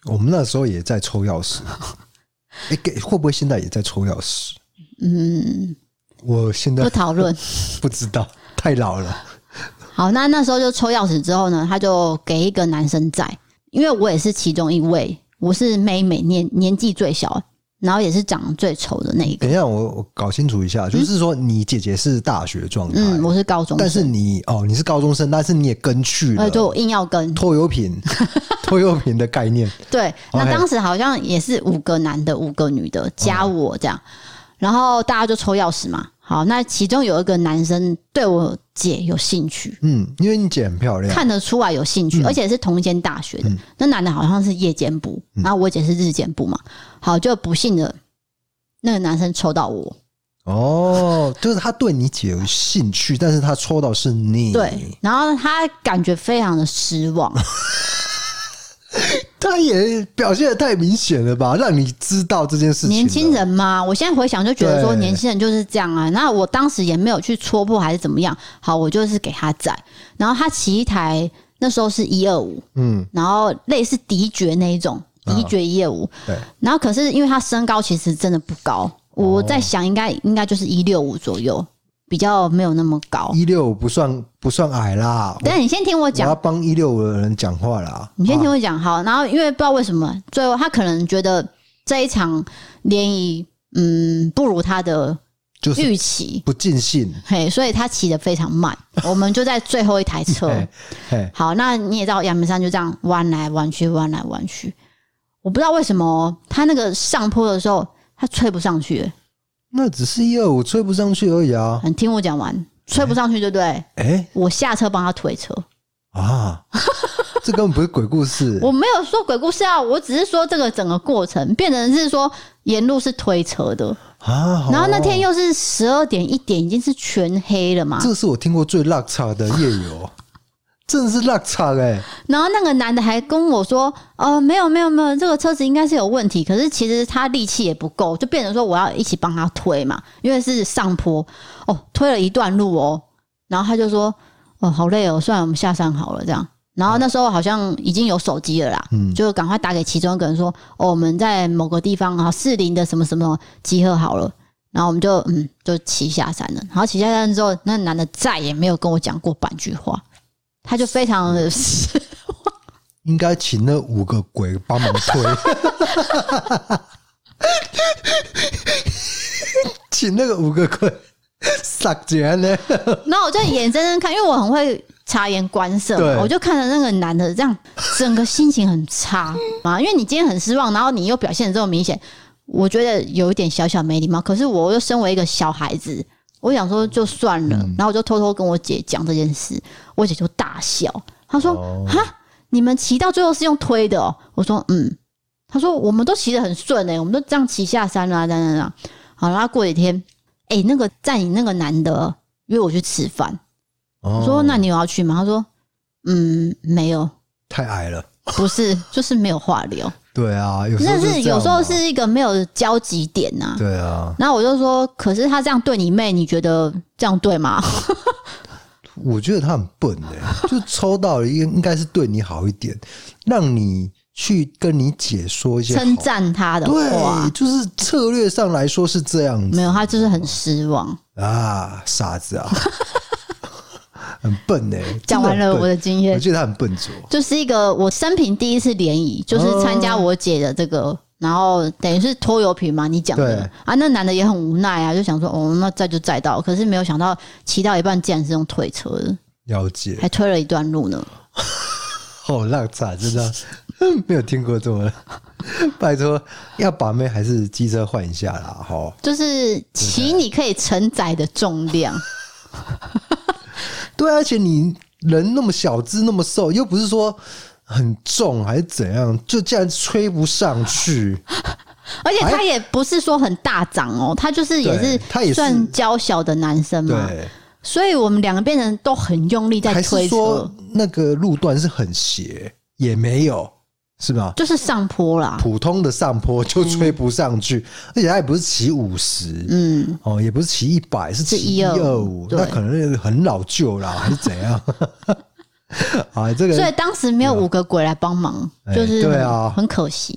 我们那时候也在抽钥匙，会不会现在也在抽钥匙？我现在不讨论， 不知道，太老了。 好，那时候就抽钥匙之后呢，他就给一个男生载，因为我也是其中一位，我是妹妹，年纪最小，然后也是长得最丑的那一个。 等一下，我搞清楚一下，就是说你姐姐是大学状态， 我是高中生， 但是你是高中生，但是你也跟去了， 对，我硬要跟拖油瓶的概念。 对，那当时好像也是5个男的5个女的加我这样，然后大家就抽钥匙嘛。好，那其中有一个男生对我姐有兴趣， 因为你姐很漂亮， 看得出来有兴趣，而且是同一间大学的。那男的好像是夜间部，然后我姐是日间部嘛。好，就不幸的那个男生抽到我。 哦，就是他对你姐有兴趣，但是他抽到是你。 对，然后他感觉非常的失望。 他也表现得太明显了吧，让你知道这件事情。 年轻人嘛，我现在回想就觉得说年轻人就是这样啊。那我当时也没有去戳破还是怎么样。好，我就是给他载，然后他骑一台那时候是125，然后类似迪爵那一种，迪爵125。对，然后可是因为他身高其实真的不高，我在想应该就是165左右。比较没有那么高 ，165不算矮啦。 但你先听我讲， 我要帮165的人讲话啦。 你先听我讲好，然后因为不知道为什么，最后他可能觉得这一场联谊，不如他的预期， 不尽兴， 所以他骑得非常慢。我们就在最后一台车。好，那你也知道，阳明山就这样弯来弯去，弯来弯去。我不知道为什么他那个上坡的时候，他吹不上去。 那只是125吹不上去而已啊！ 你听我讲完，吹不上去对不对？我下车帮他推车啊！这根本不是鬼故事。 我没有说鬼故事啊，我只是说这个整个过程变成是说沿路是推车的啊。然后那天又是12点1点，已经是全黑了嘛。 这是我听过最落差的夜游。真的是落差然后那个男的还跟我说没有，这个车子应该是有问题，可是其实他力气也不够，就变成说我要一起帮他推嘛，因为是上坡推了一段路然后他就说好累算了，我们下山好了这样。然后那时候好像已经有手机了啦，就赶快打给其中一个人说我们在某个地方士林的什么什么集合好了。然后我们就骑下山了。然后骑下山之后，那男的再也没有跟我讲过半句话。他就非常的失望， 应该请那5个鬼帮忙推，请那个5个鬼撒钱呢。 然后我就眼睁睁看，因为我很会察言观色嘛，我就看着那个男的这样，整个心情很差嘛。因为你今天很失望，然后你又表现得这么明显，我觉得有一点小小没礼貌。可是我又身为一个小孩子。我想说就算了，然后我就偷偷跟我姐讲这件事，我姐就大笑，她说：“哈，你们骑到最后是用推的哦？”我说：“她说：“我们都骑得很顺我们都这样骑下山啦，这样。”好，然后过几天，那个载你那个男的约我去吃饭，我说：“那你有要去吗？”他说：“没有， 太矮了， 不是，就是没有话聊。” 对啊，有时候是一个没有交集点呐。 对啊， 然后我就说，可是他这样对你妹，你觉得这样对吗？ 我觉得他很笨就抽到了应该是对你好一点，让你去跟你姐说一些称赞他的话， 对，就是策略上来说是这样子。 没有，他就是很失望啊，傻子啊。很笨讲完了我的经验， 我觉得他很笨拙， 就是一个我生平第一次联谊，就是参加我姐的这个，然后等于是拖油瓶嘛，你讲的啊，那男的也很无奈啊，就想说那载就载到，可是没有想到骑到一半竟然是用推车的， 了解， 还推了一段路呢， 好浪惨，真的没有听过这么，拜托要把妹还是机车换一下啦， 就是骑你可以承载的重量。 对，而且你人那么小只那么瘦，又不是说很重还是怎样，就竟然吹不上去。 而且他也不是说很大长他就是也是算娇小的男生嘛。对，所以我们2个变成都很用力在推车。还是说那个路段是很斜，也没有。是吧？ 就是上坡啦， 普通的上坡就吹不上去，而且他也不是骑50，也不是骑100，是骑125，那可能很老旧啦，还是怎样？ 啊，这个所以当时没有5个鬼来帮忙，就是对啊， 很可惜。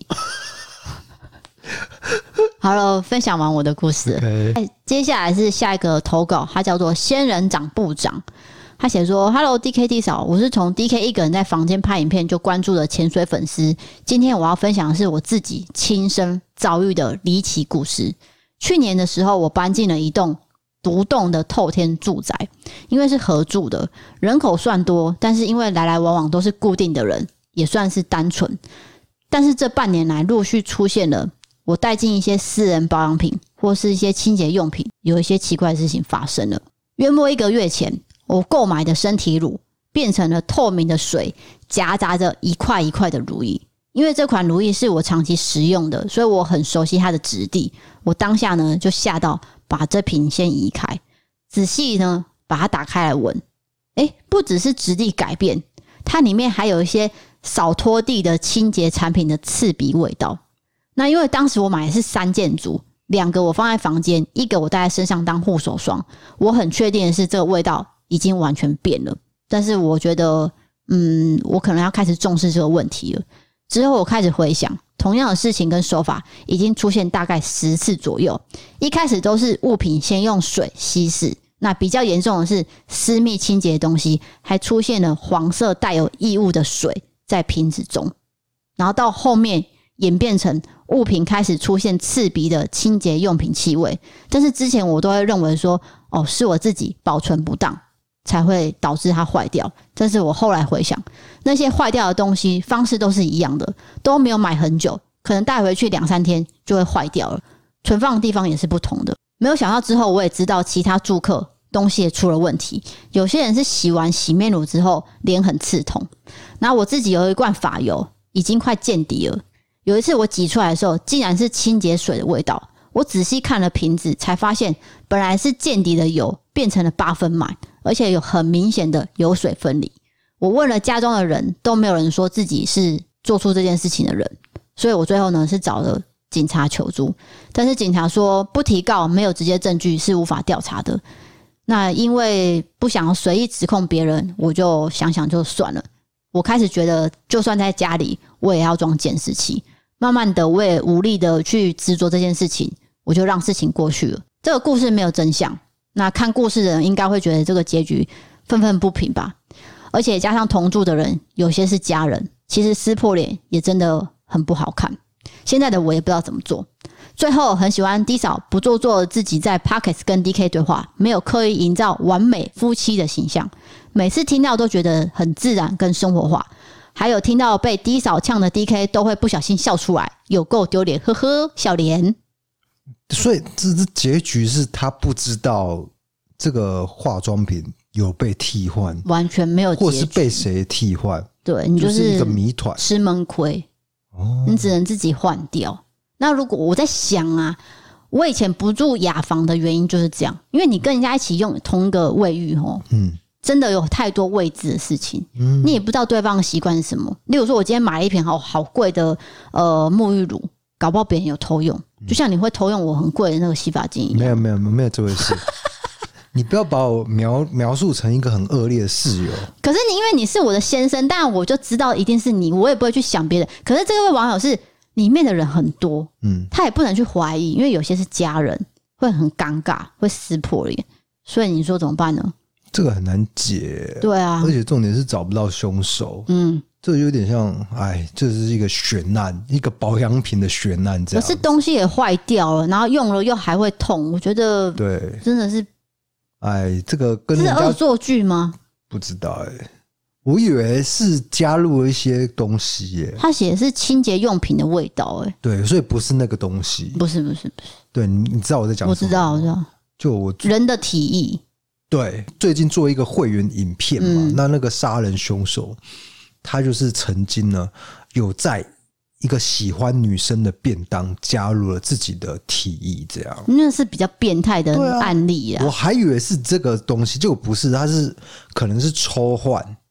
好了，分享完我的故事。接下来是下一个投稿，他叫做仙人掌部长。他写说 ：“Hello DK 嫂，我是从 DK 一个人在房间拍影片就关注了潜水粉丝。今天我要分享的是我自己亲身遭遇的离奇故事。去年的时候，我搬进了一栋独栋的透天住宅，因为是合住的，人口算多，但是因为来来往往都是固定的人，也算是单纯。但是这半年来，陆续出现了我带进一些私人保养品或是一些清洁用品，有一些奇怪的事情发生了。约莫1个月前，我购买的身体乳变成了透明的水，夹杂着一块一块的乳液。因为这款乳液是我长期食用的，所以我很熟悉它的质地。我当下呢就吓到，把这瓶先移开，仔细呢把它打开来闻。不只是质地改变，它里面还有一些扫拖地的清洁产品的刺鼻味道。那因为当时我买的是3件组，2个我放在房间，1个我带在身上当护手霜。我很确定的是这个味道已经完全变了，但是我觉得我可能要开始重视这个问题了。之后我开始回想，同样的事情跟手法已经出现大概10次左右。一开始都是物品先用水稀释，那比较严重的是私密清洁的东西还出现了黄色带有异物的水在瓶子中，然后到后面演变成物品开始出现刺鼻的清洁用品气味。但是之前我都会认为说是我自己保存不当才会导致它坏掉，但是我后来回想，那些坏掉的东西方式都是一样的，都没有买很久，可能带回去2-3天就会坏掉了，存放的地方也是不同的。没有想到之后我也知道其他住客东西也出了问题，有些人是洗完洗面乳之后脸很刺痛，然后我自己有一罐发油已经快见底了，有一次我挤出来的时候竟然是清洁水的味道，我仔细看了瓶子才发现本来是见底的油变成了8分满，而且有很明显的油水分离。我问了家中的人，都没有人说自己是做出这件事情的人，所以我最后呢是找了警察求助，但是警察说不提告没有直接证据是无法调查的。那因为不想随意指控别人，我就想想就算了。我开始觉得就算在家里我也要装监视器，慢慢的我也无力的去执着这件事情，我就让事情过去了。这个故事没有真相，那看故事的人应该会觉得这个结局愤愤不平吧。而且加上同住的人有些是家人，其实撕破脸也真的很不好看。现在的我也不知道怎么做。最后很喜欢 D 嫂不做自己在 Podcast 跟 DK 对话，没有刻意营造完美夫妻的形象，每次听到都觉得很自然跟生活化。还有听到被 D 嫂呛的 DK 都会不小心笑出来，有够丢脸，呵呵，笑脸。 所以这结局是他不知道这个化妆品有被替换， 完全没有结局， 或是被谁替换。 对，你就是一个谜团， 吃闷亏。你只能自己换掉。那如果我在想啊，我以前不住雅房的原因就是这样，因为你跟人家一起用同一个卫浴真的有太多未知的事情，你也不知道对方的习惯是什么。例如说我今天买了一瓶好贵的沐浴乳，搞不好别人有偷用，就像你会偷用我很贵的那个洗发精一样。 没有这回事。你不要把我描述成一个很恶劣的室友。 可是因为你是我的先生，当然我就知道一定是你，我也不会去想别人。可是这位网友是里面的人很多，他也不能去怀疑，因为有些是家人，会很尴尬，会撕破脸。所以你说怎么办呢？ 这个很难解。 对啊， 而且重点是找不到凶手。这有点像，这是一个悬案，一个保养品的悬案这样。 可是东西也坏掉了，然后用了又还会痛，我觉得对，真的是。 这个跟人家是恶作剧吗？ 不知道我以为是加入了一些东西耶。 他写的是清洁用品的味道对，所以不是那个东西。 不是。 对，你知道我在讲什么？ 我知道。 就人的体液。 对，最近做一个会员影片嘛，那个杀人凶手，他就是曾经呢有在一个喜欢女生的便当加入了自己的体液，这样那是比较变态的案例啊。 我还以为是这个东西，结果不是，它是可能是抽换，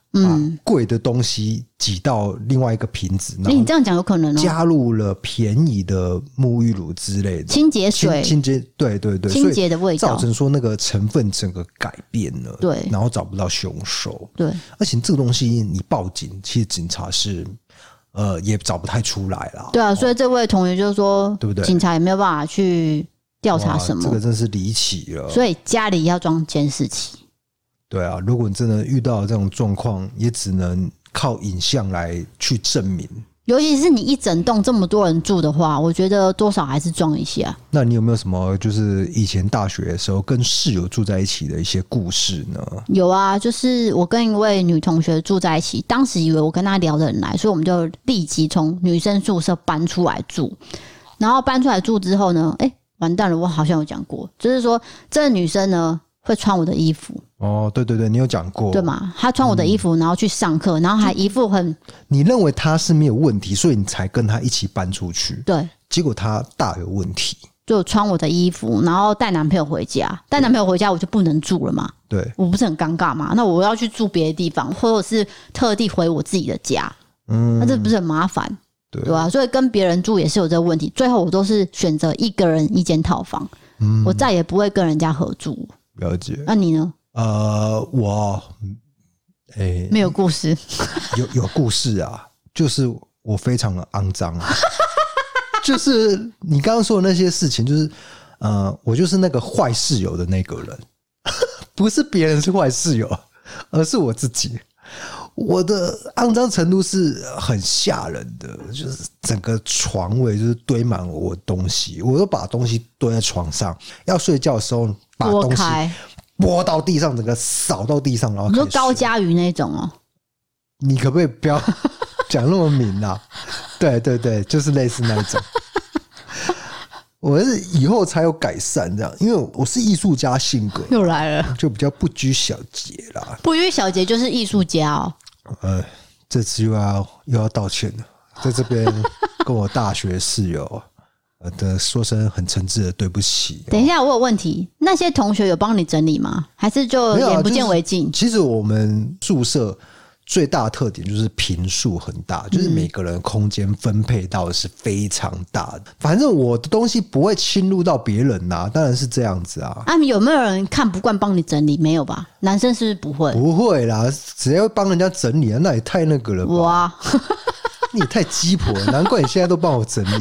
贵的东西挤到另外一个瓶子，然后你这样讲有可能加入了便宜的沐浴乳之类的清洁水， 清洁，对对对， 清洁的味道， 造成说那个成分整个改变了， 对， 然后找不到凶手， 对， 而且这个东西你报警，其实警察是也找不太出来啦。 对啊，所以这位同学就说， 对不对？ 警察也没有办法去调查什么， 这个真是离奇了。 所以家里要装监视器。 对啊，如果你真的遇到这种状况，也只能靠影像来去证明。 尤其是你一整栋这么多人住的话，我觉得多少还是装一下。 那你有没有什么就是以前大学的时候跟室友住在一起的一些故事呢？ 有啊，就是我跟一位女同学住在一起，当时以为我跟她聊得很来，所以我们就立即从女生宿舍搬出来住。然后搬出来住之后呢，完蛋了，我好像有讲过，就是说这个女生呢会穿我的衣服。 哦，对对对，你有讲过， 对嘛？她穿我的衣服，然后去上课，然后还一副很…… 你认为她是没有问题，所以你才跟她一起搬出去。 对， 结果她大有问题， 就穿我的衣服，然后带男朋友回家。带男朋友回家，我就不能住了嘛？ 对， 我不是很尴尬嘛？那我要去住别的地方，或者是特地回我自己的家，那这不是很麻烦？对吧？所以跟别人住也是有这个问题。最后我都是选择一个人一间套房，我再也不会跟人家合住。 了解。 那你呢？ 我没有故事， 有故事啊，就是我非常的肮脏，就是你刚刚说的那些事情，就是我就是那个坏室友的那个人，不是别人是坏室友，而是我自己。我的肮脏程度是很吓人的，就是整个床位就是堆满我的东西，我都把东西堆在床上，要睡觉的时候把东西拨到地上，整个扫到地上，然后你说高嘉瑜那种哦？ 你可不可以不要讲那么明啊？对对对，就是类似那种。我是以后才有改善这样，因为我是艺术家性格， 又来了， 就比较不拘小节啦。 不拘小节就是艺术家哦。 这次又要道歉了，在这边跟我大学室友说声很诚挚的对不起。 等一下，我有问题，那些同学有帮你整理吗？还是就眼不见为净？ 其实我们宿舍最大的特点就是坪数很大，就是每个人空间分配到的是非常大的。反正我的东西不会侵入到别人啊，当然是这样子啊。 有没有人看不惯帮你整理？没有吧？男生是不是不会？ 不会啦，只要帮人家整理啊，那也太那个了吧？ 哇， 你也太鸡婆了，难怪你现在都帮我整理。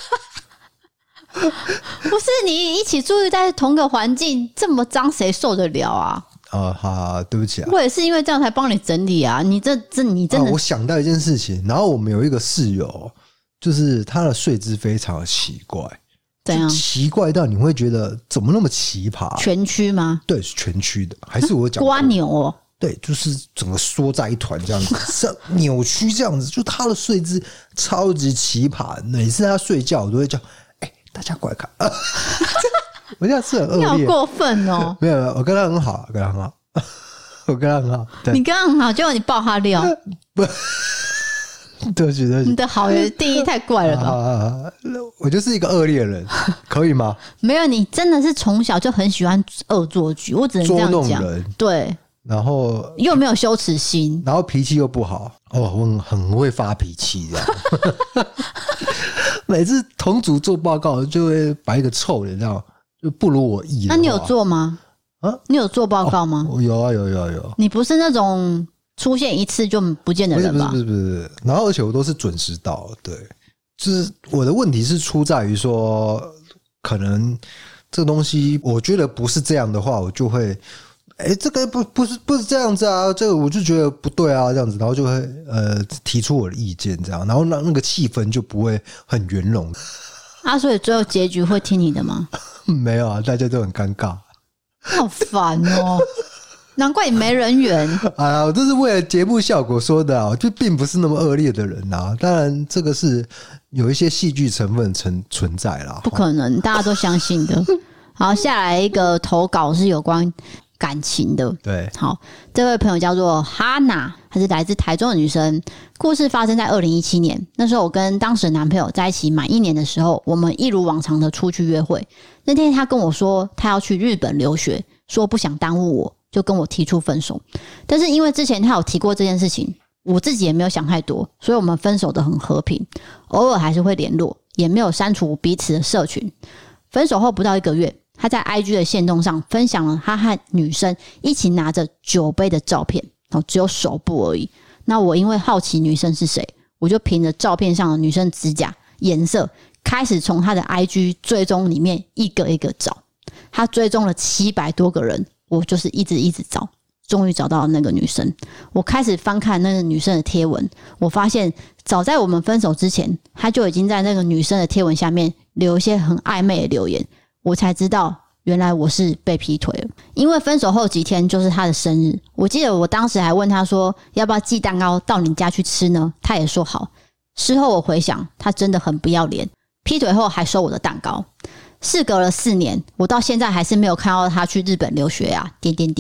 不是你一起住在同个环境，这么脏，谁受得了啊？ 好，对不起啊， 我也是因为这样才帮你整理啊！你真的， 我想到一件事情，然后我们有一个室友，就是他的睡姿非常的奇怪， 怎样？ 奇怪到你会觉得怎么那么奇葩？ 全区吗？ 对，是全区的，还是我讲瓜牛哦？ 对，就是整个缩在一团这样子，像扭曲这样子，就他的睡姿超级奇葩，每次他睡觉我都会叫，大家过来看。我这样是很恶劣， 你好过分哦！ 没有，我跟他很好，我跟他很好。 你跟他很好，结果你爆他料， 不，对不起， 你的好人定义太怪了吧？ 我就是一个恶劣人，可以吗？ 没有，你真的是从小就很喜欢恶作剧，我只能这样讲。捉弄人，对， 然后又没有羞耻心， 然后脾气又不好，我很会发脾气这样。每次同组做报告就会摆一个臭脸，这样就不如我意。 那你有做吗？你有做报告吗？ 有啊，有。你不是那种出现一次就不见的人吧？ 不是。然后而且我都是准时到，对，就是我的问题是出在于说，可能这个东西我觉得不是这样的话，我就会。这个不是这样子啊，这个我就觉得不对啊，这样子，然后就会提出我的意见，这样，然后那个气氛就不会很圆融。 所以最后结局会听你的吗？ 没有啊，大家都很尴尬。 好烦哦，难怪你没人缘。 我这是为了节目效果说的啊，就并不是那么恶劣的人啊。当然，这个是有一些戏剧成分存在啦。 不可能，大家都相信的。好，下来一个投稿是有关感情的。 对， 好，这位朋友叫做哈娜，她是来自台中的女生。故事发生在2017年，那时候我跟当时的男朋友在一起满1年的时候，我们一如往常的出去约会。那天他跟我说他要去日本留学，说不想耽误我， 就跟我提出分手。但是因为之前他有提过这件事情，我自己也没有想太多，所以我们分手的很和平，偶尔还是会联络，也没有删除彼此的社群。分手后不到1个月，他在 IG 的限动上分享了他和女生一起拿着酒杯的照片，只有手部而已。那我因为好奇女生是谁，我就凭着照片上的女生指甲颜色，开始从他的 IG 追踪里面一个一个找。他追踪了700多个人，我就是一直找，终于找到了那个女生。我开始翻看那个女生的贴文，我发现早在我们分手之前，他就已经在那个女生的贴文下面留一些很暧昧的留言，我才知道原来我是被劈腿了。因为分手后几天就是他的生日，我记得我当时还问他说要不要寄蛋糕到你家去吃呢，他也说好。事后我回想，他真的很不要脸，劈腿后还收我的蛋糕。事隔了4年，我到现在还是没有看到他去日本留学啊，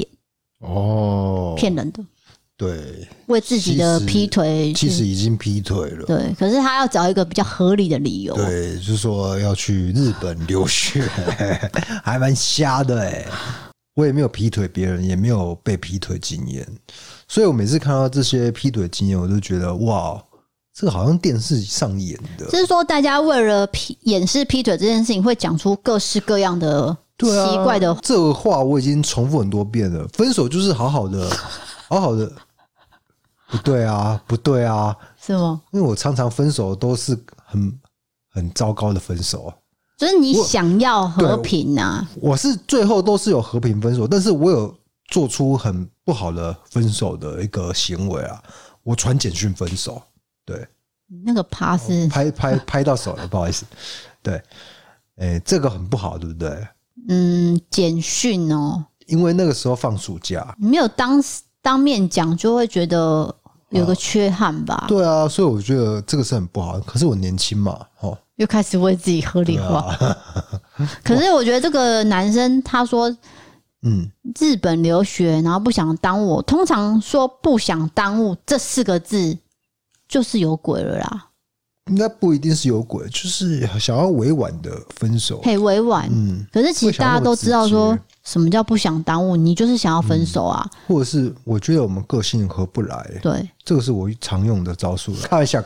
骗人的。 对， 为自己的劈腿， 其实已经劈腿了。 对，可是他要找一个比较合理的理由。 对，就是说要去日本留学，还蛮瞎的欸。我也没有劈腿别人，也没有被劈腿经验，所以我每次看到这些劈腿经验，我都觉得哇，这个好像电视上演的。 就是说，大家为了掩饰劈腿这件事情，会讲出各式各样的奇怪的。 这个话我已经重复很多遍了。分手就是好好的，好好的。不对啊， 是吗？ 因为我常常分手都是很糟糕的分手， 就是你想要和平啊。 我是最后都是有和平分手，但是我有做出很不好的分手的一个行为啊。我传简讯分手，对， 那个趴是拍到手了，不好意思，对，这个很不好，对不对？ 简讯哦， 因为那个时候放暑假， 没有当面讲，就会觉得有个缺憾吧。 对啊，所以我觉得这个是很不好。可是我年轻嘛， 又开始为自己合理化。可是我觉得这个男生他说，日本留学，然后不想耽误我。通常说不想耽误这4个字，就是有鬼了啦。 应该不一定是有鬼，就是想要委婉的分手， 很委婉。可是其实大家都知道说什么叫不想耽误，你就是想要分手啊。或者是我觉得我们个性合不来， 对， 这个是我常用的招数。开玩笑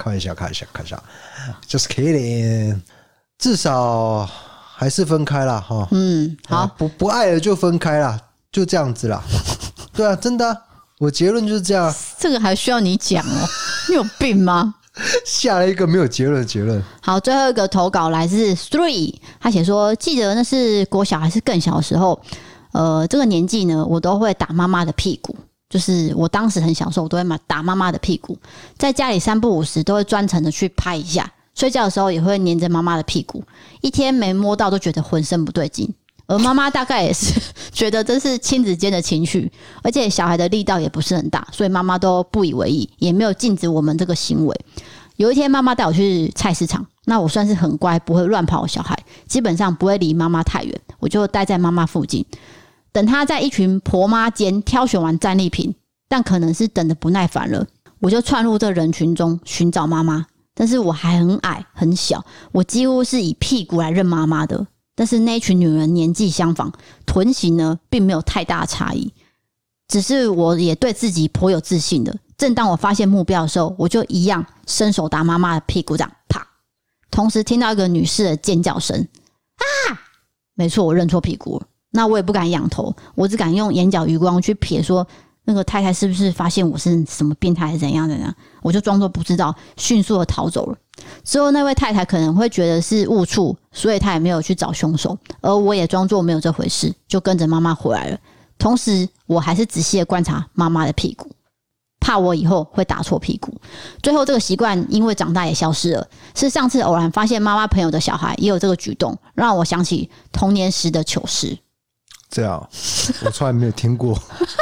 ，just kidding。至少还是分开啦哈。 好， 不爱了就分开啦，就这样子啦。对啊，真的啊，我结论就是这样。 这个还需要你讲哦？你有病吗？ 下了一个没有结论的结论。 好，最后一个投稿来自 Three， 他写说，记得那是国小还是更小的时候，这个年纪呢，我都会打妈妈的屁股，就是我当时很享受，我都会打妈妈的屁股，在家里3不5时都会专程的去拍一下，睡觉的时候也会黏着妈妈的屁股，一天没摸到都觉得浑身不对劲。而妈妈大概也是觉得这是亲子间的情绪，而且小孩的力道也不是很大，所以妈妈都不以为意，也没有禁止我们这个行为。有一天妈妈带我去菜市场，那我算是很乖，不会乱跑的小孩，基本上不会离妈妈太远，我就待在妈妈附近，等她在一群婆妈间挑选完战利品，但可能是等得不耐烦了，我就窜入这人群中寻找妈妈。但是我还很矮很小，我几乎是以屁股来认妈妈的。但是那一群女人年纪相仿，臀型呢并没有太大的差异，只是我也对自己颇有自信的。正当我发现目标的时候，我就一样伸手打妈妈的屁股，这样啪，同时听到一个女士的尖叫声啊！没错，我认错屁股了。那我也不敢仰头，我只敢用眼角余光去瞥说那个太太是不是发现我是什么变态还是怎样，我就装作不知道，迅速的逃走了。之后那位太太可能会觉得是误触，所以她也没有去找凶手，而我也装作没有这回事，就跟着妈妈回来了。同时我还是仔细的观察妈妈的屁股，怕我以后会打错屁股。最后这个习惯因为长大也消失了，是上次偶然发现妈妈朋友的小孩也有这个举动，让我想起童年时的糗事。 这样我从来没有听过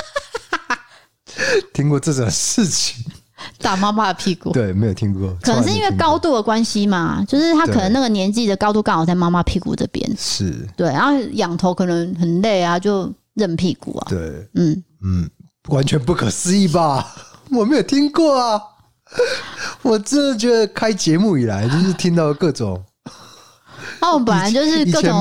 听过这种事情， 打妈妈的屁股。 对，没有听过。 可能是因为高度的关系嘛，就是他可能那个年纪的高度刚好在妈妈屁股这边， 是对，然后仰头可能很累啊，就认屁股啊。 对，完全不可思议吧？我没有听过啊！我真的觉得开节目以来，就是听到各种。 我本来就是各种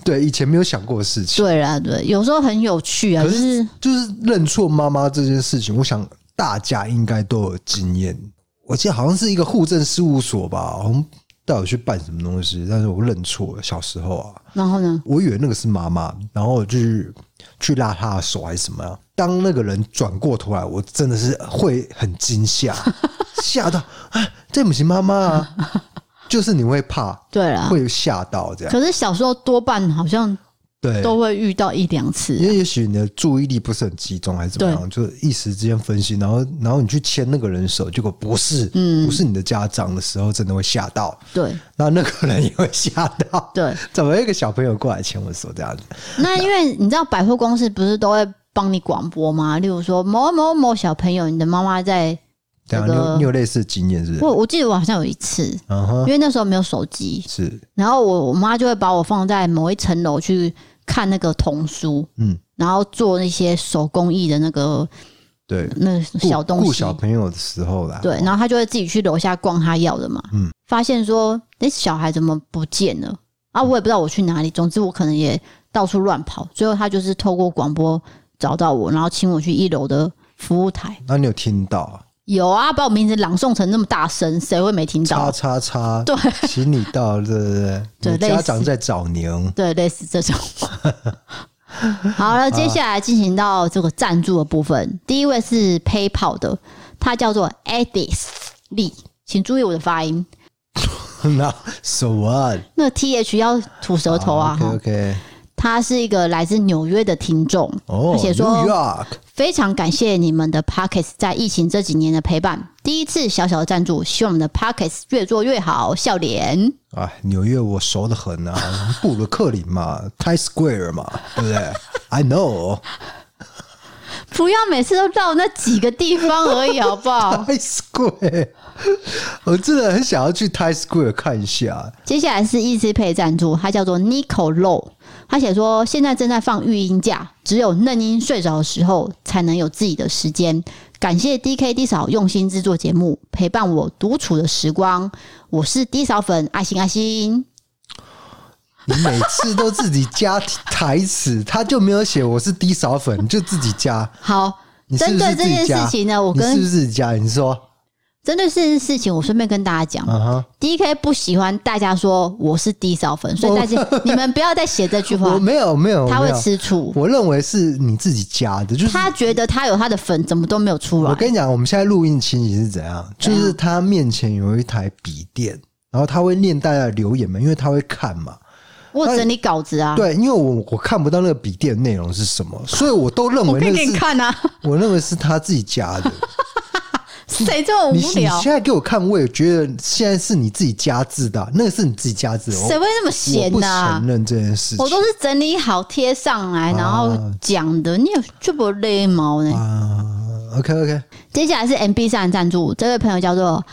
对，以前没有想过的事情。 对啦，对，有时候很有趣啊，就是认错妈妈这件事情，我想大家应该都有经验。我记得好像是一个户政事务所吧，我们带我去办什么东西，但是我认错了。小时候啊， 然后呢， 我以为那个是妈妈，然后我就去拉她的手还是什么呀？当那个人转过头来，我真的是会很惊吓，吓到啊，这不是妈妈啊！就是你会怕， 对啦， 会吓到这样。 可是小时候多半好像对都会遇到一两次， 因为也许你的注意力不是很集中，还是怎么样，就一时之间分心，然后你去牵那个人手，结果不是你的家长的时候，真的会吓到。 对， 那个人也会吓到。 对， 怎么一个小朋友过来牵我手这样子？ 那因为你知道百货公司不是都会帮你广播吗？例如说某某某小朋友，你的妈妈在。 你有类似的经验是不是？ 我记得我好像有一次，因为那时候没有手机， 是， 然后我妈就会把我放在某一层楼去看那个童书，然后做那些手工艺的那个， 对， 那小东西。 顾小朋友的时候啦， 对，然后他就会自己去楼下逛他要的嘛，发现说，小孩怎么不见了啊？我也不知道我去哪里，总之我可能也到处乱跑，最后他就是透过广播找到我，然后请我去1楼的服务台。 那你有听到？ 有啊，把我名字朗诵成那么大声，谁会没听到？ 叉叉叉， 对， 请你到，对不对？ 对， 家长在找您， 对，类似这种。好了，接下来进行到这个赞助的部分。第一位是 PayPal 的，他叫做 Edis Lee， 请注意我的发音。 那 So what？ 那 TH 要吐舌头啊。 OK。 他是一个来自纽约的听众，他写说非常感谢你们的 Podcast 在疫情这几年的陪伴，第一次小小的赞助，希望我们的 Podcast 越做越好，笑脸。 纽约我熟得很啊，布鲁克林嘛，Times Square 嘛，对不对？I know。 不要每次都绕那几个地方而已，好不好 ？Times Square， 我真的很想要去 Times Square 看一下。 接下来是 EasyPay 赞助，他叫做 Nico Low， 他写说现在正在放育婴假，只有嫩婴睡着的时候才能有自己的时间。感谢 DK 嫂用心制作节目，陪伴我独处的时光。我是嫂粉，爱心爱心。 你每次都自己加台词，他就没有写我是嫂粉，你就自己加。 好，针对这件事情呢，我跟你是不是自己加？你说针对这件事情，我顺便跟大家讲，DK 不喜欢大家说我是嫂粉，所以大家你们不要再写这句话。 我没有， 他会吃醋。 我认为是你自己加的，就是他觉得他有他的粉，怎么都没有出来。 我跟你讲，我们现在录音情形是怎样？就是他面前有一台笔电，然后他会念大家的留言嘛，因为他会看嘛。 我整理稿子啊， 对，因为我看不到那个笔电内容是什么，所以我都认为那是我可以给你看啊， 我认为是他自己加的。 谁这么无聊？ 你现在给我看，我也觉得现在是你自己加字的，那个是你自己加字的。 谁会那么闲呢？ 我不承认这件事情， 我都是整理好贴上来，然后讲的，你有就不勒毛呢 ？OK， 接下来是 MB 上的赞助，这位朋友叫做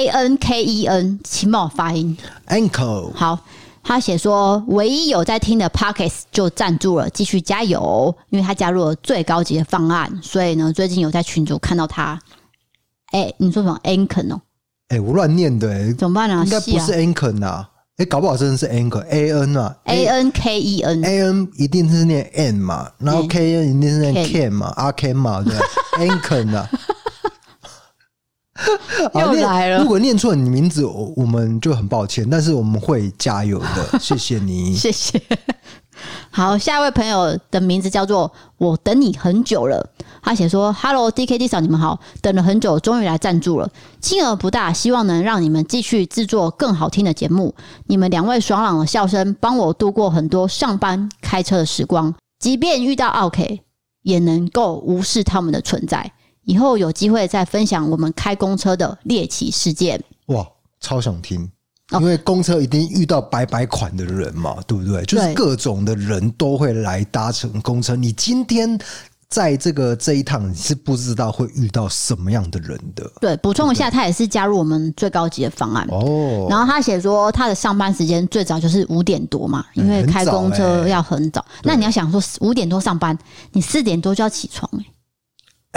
ANKEN， 请帮我发音 Anko。 好。他写说，唯一有在听的 Podcast 就赞助了，继续加油，因为他加入了最高级的方案，所以呢，最近有在群组看到他。你说什么 Anken 哦？ 我乱念的怎么办呢？ 应该不是 Anken 啊，搞不好真的是 Anken，AN 啊 ，ANKEN，AN 一定是念 N 嘛，然后 KN 一定是念 Ken 嘛，Ken 嘛，对 ，Anken 啊。 又来了！ 如果念错你名字，我们就很抱歉，但是我们会加油的，谢谢你， 谢谢。好，下一位朋友的名字叫做我等你很久了，他写说 ：“Hello DK 嫂，你们好，等了很久，终于来赞助了，金额不大，希望能让你们继续制作更好听的节目。你们2位爽朗的笑声，帮我度过很多上班开车的时光，即便遇到 OK， 也能够无视他们的存在。”以后有机会再分享我们开公车的猎奇事件。 哇，超想听，因为公车一定遇到百款的人嘛，对不对？就是各种的人都会来搭乘公车。你今天在这一趟，你是不知道会遇到什么样的人的。 对，补充一下，他也是加入我们最高级的方案哦。然后他写说，他的上班时间最早就是5点多嘛，因为开公车要很早。那你要想说5点多上班，你4点多就要起床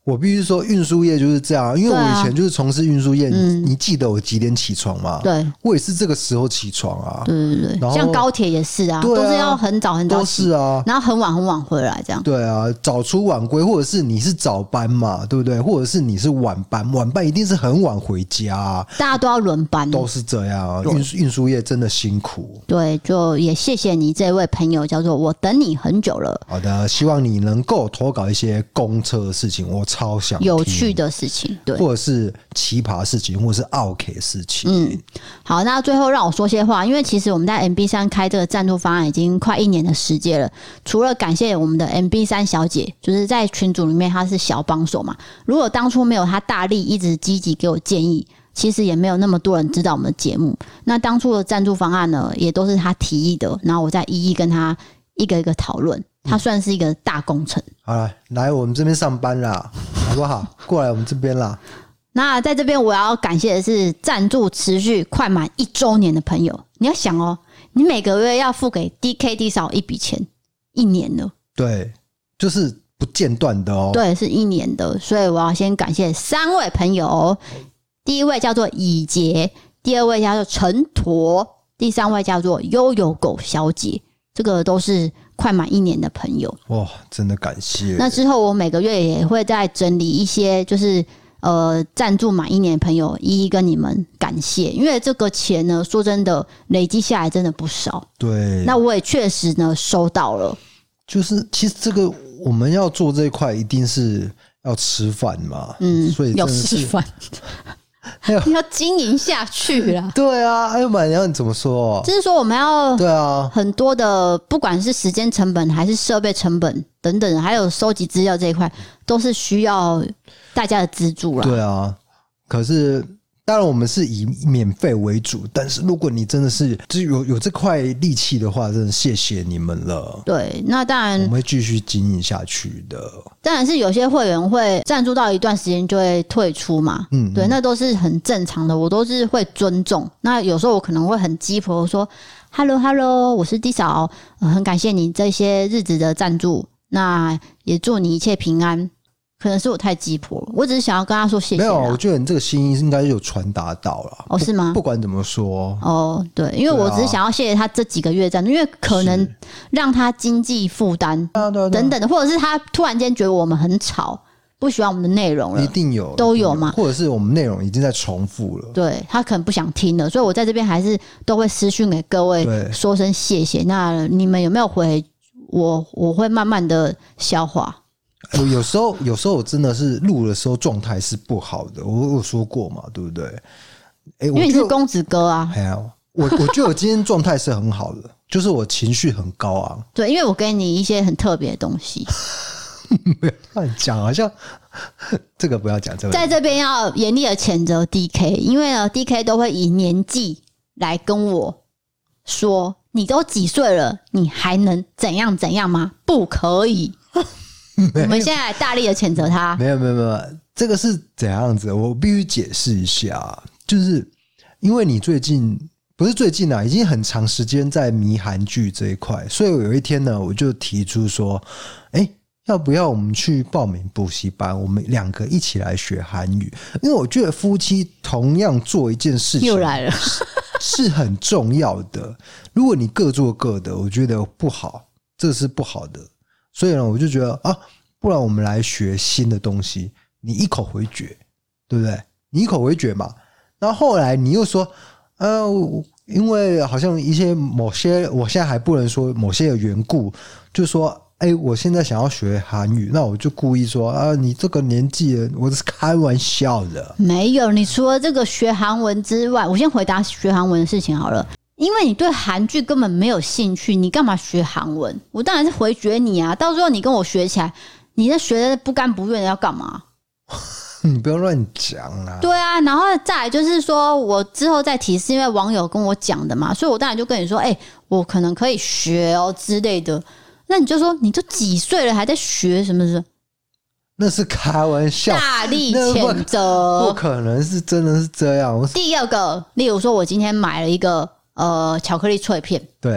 我必须说运输业就是这样，因为我以前就是从事运输业，你记得我几点起床吗？ 对， 我也是这个时候起床啊。 对，像高铁也是啊，都是要很早很早起， 都是啊， 然后很晚很晚回来这样。 对啊，早出晚归，或者是你是早班嘛，对不对？或者是你是晚班，晚班一定是很晚回家啊， 大家都要轮班， 都是这样啊。运输业真的辛苦。 对，就也谢谢你这位朋友，叫做我等你很久了。 好的，希望你能够投稿一些公车的事情，我超想听有趣的事情，对， 或者是奇葩事情，或者是奥 K 事情。 好，那最后让我说些话，因为其实我们在 MB3 开这个赞助方案已经快1年的时间了。除了感谢我们的 MB3 小姐，就是在群组里面她是小帮手嘛，如果当初没有她大力一直积极给我建议，其实也没有那么多人知道我们的节目。那当初的赞助方案呢，也都是她提议的，然后我再一一跟她一个一个讨论。它算是一个大工程。 好了，来我们这边上班啦，好不好？过来我们这边啦。 那在这边我要感谢的是赞助持续快满1周年的朋友。你要想哦，你每个月要付给 DKD 少一笔钱，1年了。 对，就是不间断的哦。 对，是1年的，所以我要先感谢3位朋友。第一位叫做以杰，第二位叫做陈驼，第3位叫做悠悠狗小姐。这个都是快满1年的朋友。 哇，真的感谢。 那之后我每个月也会再整理一些，就是赞助满1年的朋友，一一跟你们感谢。因为这个钱呢，说真的累积下来真的不少。 对， 那我也确实呢收到了。 就是其实这个我们要做这一块，一定是要吃饭嘛。所以要吃饭。要经营下去啦。 对啊，要不然你要怎么说？ 就是说我们要对啊， 很多的，不管是时间成本还是设备成本等等，还有收集资料这一块，都是需要大家的资助啦。 对啊，可是当然我们是以免费为主，但是如果你真的是就是有这块力气的话，真的谢谢你们了。 对，那当然我们会继续经营下去的。 当然是有些会员会赞助到一段时间就会退出嘛，对，那都是很正常的，我都是会尊重。那有时候我可能会很鸡婆说 ，Hello， 我是 D 嫂，很感谢你这些日子的赞助，那也祝你一切平安。可能是我太鸡婆了，我只是想要跟他说谢谢。 没有，我觉得你这个心意应该有传达到了。 哦，是吗？ 不管怎么说， 哦，对，因为我只是想要谢谢他这几个月赞助，因为可能让他经济负担等等的，或者是他突然间觉得我们很吵，不喜欢我们的内容了， 一定有都有嘛， 或者是我们内容已经在重复了， 对，他可能不想听了，所以我在这边还是都会私讯给各位说声谢谢。那你们有没有回我会慢慢的消化。 有时候我真的是录的时候状态是不好的，我有说过嘛，对不对？ 因为你是公子哥啊。 我觉得我今天状态是很好的，就是我情绪很高昂。 对，因为我给你一些很特别的东西。 不要乱讲，好像这个不要讲。这个在这边要严厉的谴责 DK， 因为呢 DK 都会以年纪来跟我说，你都几岁了，你还能怎样怎样吗？不可以。我们现在大力的谴责他。 没有，这个是怎样子？我必须解释一下，就是因为你最近不是最近啊，已经很长时间在迷韩剧这一块，所以有一天呢，我就提出说，要不要我们去报名补习班，我们2个一起来学韩语？因为我觉得夫妻同样做一件事情又来了是很重要的。如果你各做各的，我觉得不好，这是不好的。所以呢，我就觉得啊，不然我们来学新的东西。你一口回绝，对不对？你一口回绝嘛。然后后来你又说，因为好像某些，我现在还不能说某些的缘故，就说，我现在想要学韩语，那我就故意说啊，你这个年纪了，我是开玩笑的。没有，你除了这个学韩文之外，我先回答学韩文的事情好了。因为你对韩剧根本没有兴趣，你干嘛学韩文？我当然是回绝你啊！到时候你跟我学起来，你在学的不甘不愿的要干嘛？ 你不要乱讲啊！ 对啊，然后再来就是说我之后再提，是因为网友跟我讲的嘛，所以我当然就跟你说，我可能可以学哦之类的。那你就说，你都几岁了还在学什么什么？ 那是开玩笑， 大力谴责， 不可能是真的是这样。 第二个，例如说我今天买了一个巧克力脆片， 对，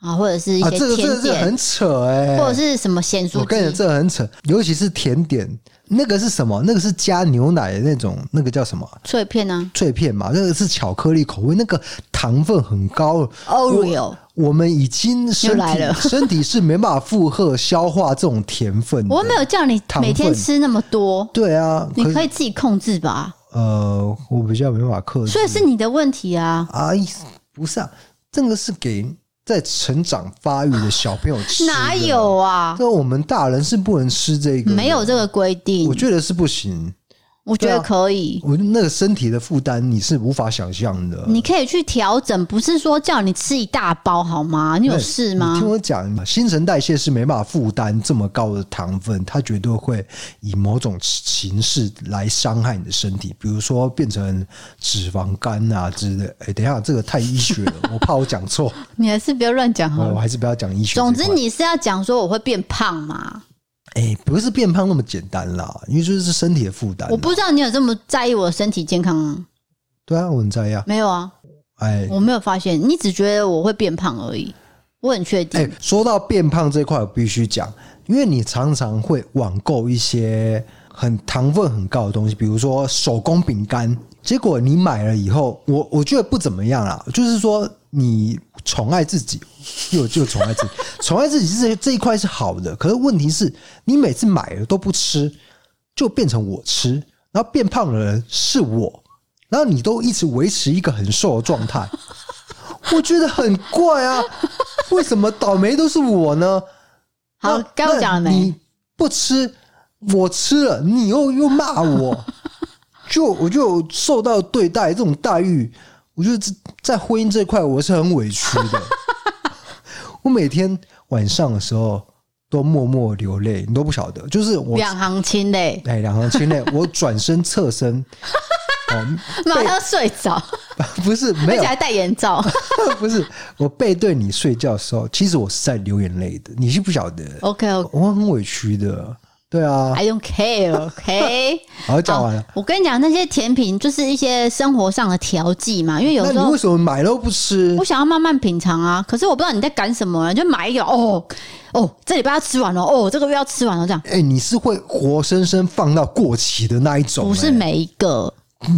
啊，或者是一些这甜点， 很扯或者是什么咸酥鸡。 我跟你讲，这很扯，尤其是甜点，那个是什么？那个是加牛奶的那种，那个叫什么？ 脆片啊， 脆片嘛，那个是巧克力口味，那个糖分很高。 Oreo， 我们已经身体是没办法负荷消化这种甜分的。 我没有叫你每天吃那么多。 对啊， 你可以自己控制吧。 我比较没办法克制， 所以是你的问题啊！ 不是啊，这个是给在成长发育的小朋友吃的。 哪有啊？ 这我们大人是不能吃这个， 没有这个规定， 我觉得是不行。 我觉得可以， 我那个身体的负担你是无法想象的。 你可以去调整，不是说叫你吃一大包好吗？你有事吗？ 你听我讲，新陈代谢是没办法负担这么高的糖分，它绝对会以某种形式来伤害你的身体，比如说变成脂肪肝啊之类。等一下，这个太医学了，我怕我讲错。 你还是不要乱讲好了， 我还是不要讲医学。 总之，你是要讲说我会变胖嘛？ 不是变胖那么简单啦，因为就是身体的负担。 我不知道你有这么在意我的身体健康啊？ 对啊，我很在意啊。 没有啊，我没有发现，你只觉得我会变胖而已。我很确定。 说到变胖这块，我必须讲，因为你常常会网购一些糖分很高的东西，比如说手工饼干，结果你买了以后，我觉得不怎么样啦，就是说你宠爱自己，就宠爱自己，宠爱自己这一块是好的，可是问题是你每次买了都不吃，就变成我吃，然后变胖的人是我，然后你都一直维持一个很瘦的状态，我觉得很怪啊，为什么倒霉都是我呢？ 好，刚刚讲了没？ 你不吃，我吃了，你又骂我，我就受到对待，这种待遇，我觉得在婚姻这块我是很委屈的。我每天晚上的时候都默默流泪，你都不晓得，就是我两行清泪， 两行清泪，我转身侧身， 马上睡着， 不是没有， 而且还戴眼罩， 不是我背对你睡觉的时候，其实我是在流眼泪的，你是不晓得。 OK， 我很委屈的。对啊 ，I don't care，OK， 好，讲完了。 我跟你讲，那些甜品就是一些生活上的调剂嘛，因为有时候那你为什么买都不吃？ 我想要慢慢品尝啊，可是我不知道你在赶什么，就买一个这礼拜要吃完了，这个月要吃完了，这样。 你是会活生生放到过期的那一种？ 不是每一个，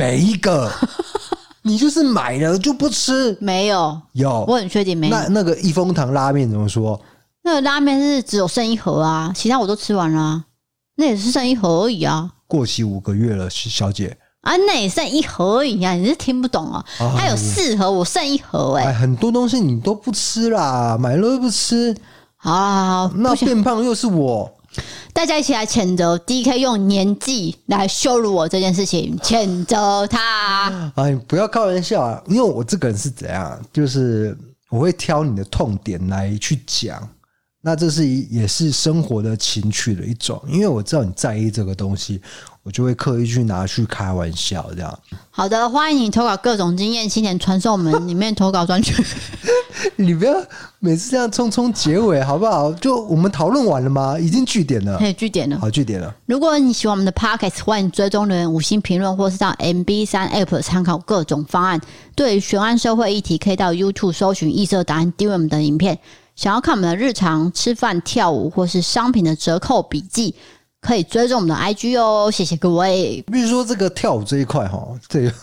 你就是买了就不吃？ 没有，我很确定没有。 那个益丰堂拉面怎么说？ 那个拉面是只有剩一盒啊，其他我都吃完了啊。那也是剩一盒而已啊， 过期5个月了，小姐啊，那也剩一盒而已啊，你是听不懂啊？它有4盒，我剩一盒很多东西你都不吃啦，买了都不吃， 好， 那变胖又是我， 大家一起来谴责 DK 用年纪来羞辱我这件事情，谴责他。 不要开玩笑啊，因为我这个人是怎样，就是我会挑你的痛点来去讲。那这也是生活的情趣的一种，因为我知道你在意这个东西，我就会刻意去拿去开玩笑这样。 好的，欢迎你投稿各种经验，青年传送门里面投稿专区。 你不要每次这样匆结尾好不好？就我们讨论完了吗？已经句点了， 句点了， 好，句点了。 如果你喜欢我们的 Podcast， 欢迎追踪留言、5星评论，或是到 MB3 App 参考各种方案。对于悬案社会议题，可以到 YouTube 搜寻异色答案，订阅我们的影片。想要看我们的日常吃饭、跳舞或是商品的折扣笔记，可以追踪我们的 IG 哦，谢谢各位。 比如说这个跳舞这一块这个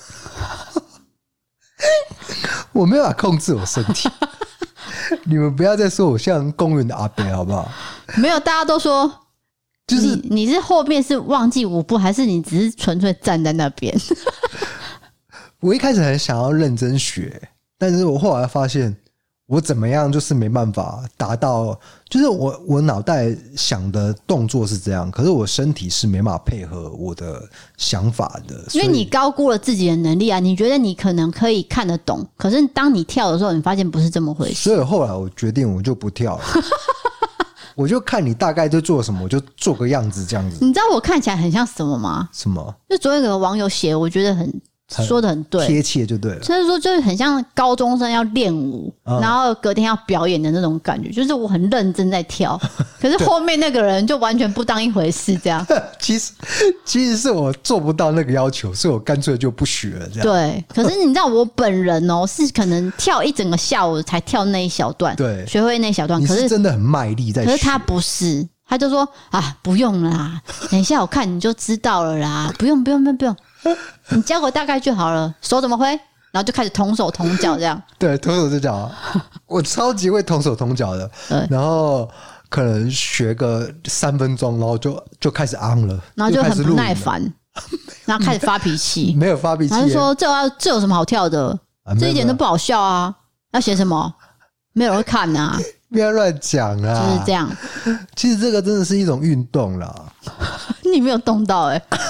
我没有办法控制我身体，你们不要再说我像公园的阿伯好不好？ 没有，大家都说就是你是后面是忘记舞步，还是你只是纯粹站在那边？ 我一开始很想要认真学，但是我后来发现。我怎么样就是没办法达到，就是我脑袋想的动作是这样，可是我身体是没办法配合我的想法的， 因为你高估了自己的能力啊！你觉得你可能可以看得懂，可是当你跳的时候，你发现不是这么回事。 所以后来我决定我就不跳了，我就看你大概就做什么，我就做个样子这样子。 你知道我看起来很像什么吗？ 什么？ 就昨天有个网友写，我觉得很说的很对， 贴切就对了。 就是说，就是很像高中生要练舞，然后隔天要表演的那种感觉，就是我很认真在跳，可是后面那个人就完全不当一回事，这样。 其实是我做不到那个要求，所以我干脆就不学了。这样对，可是你知道我本人是可能跳一整个下午才跳那一小段， 对， 学会那一小段。 你可是真的很卖力在学， 可是他不是。他就说啊，不用啦，等一下我看你就知道了啦，不用，你教我大概就好了，手怎么挥，然后就开始同手同脚这样。 对，同手同脚，我超级会同手同脚的。然后可能学个3分钟，然后就开始昂了， 然后就很不耐烦，然后开始发脾气。 没有发脾气， 他就说这有什么好跳的？这一点都不好笑啊！要写什么？没有人会看啊！ 不要乱讲啊！ 就是这样。 其实这个真的是一种运动啦。 你没有动到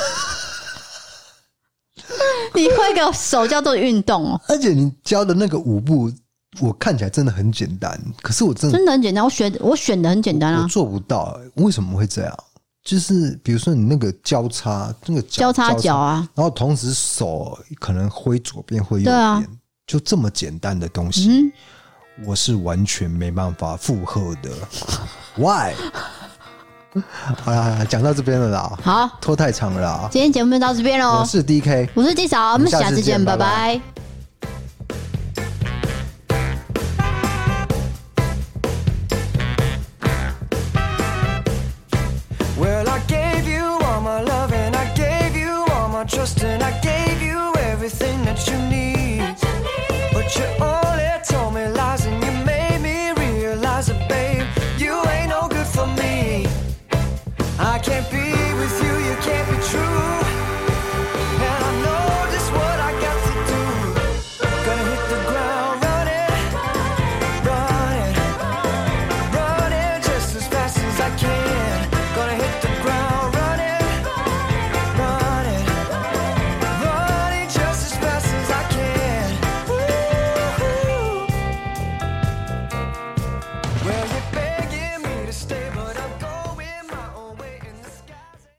你挥个手叫做运动而且你教的那个舞步，我看起来真的很简单，可是我真的很简单，我选的很简单啊， 我做不到为什么会这样？就是比如说你那个交叉，那个交叉脚啊，然后同时手可能挥左边挥右边，就这么简单的东西。我是完全没办法负荷的。Why？ 好啦，讲到这边了啦， 好， 拖太长了啦。 今天节目就到这边咯。 我是 DK， 我是纪嫂，我们下次见，拜拜。Well, I gave you all my love and I gave you all my trust and I gave you everything that you need, but you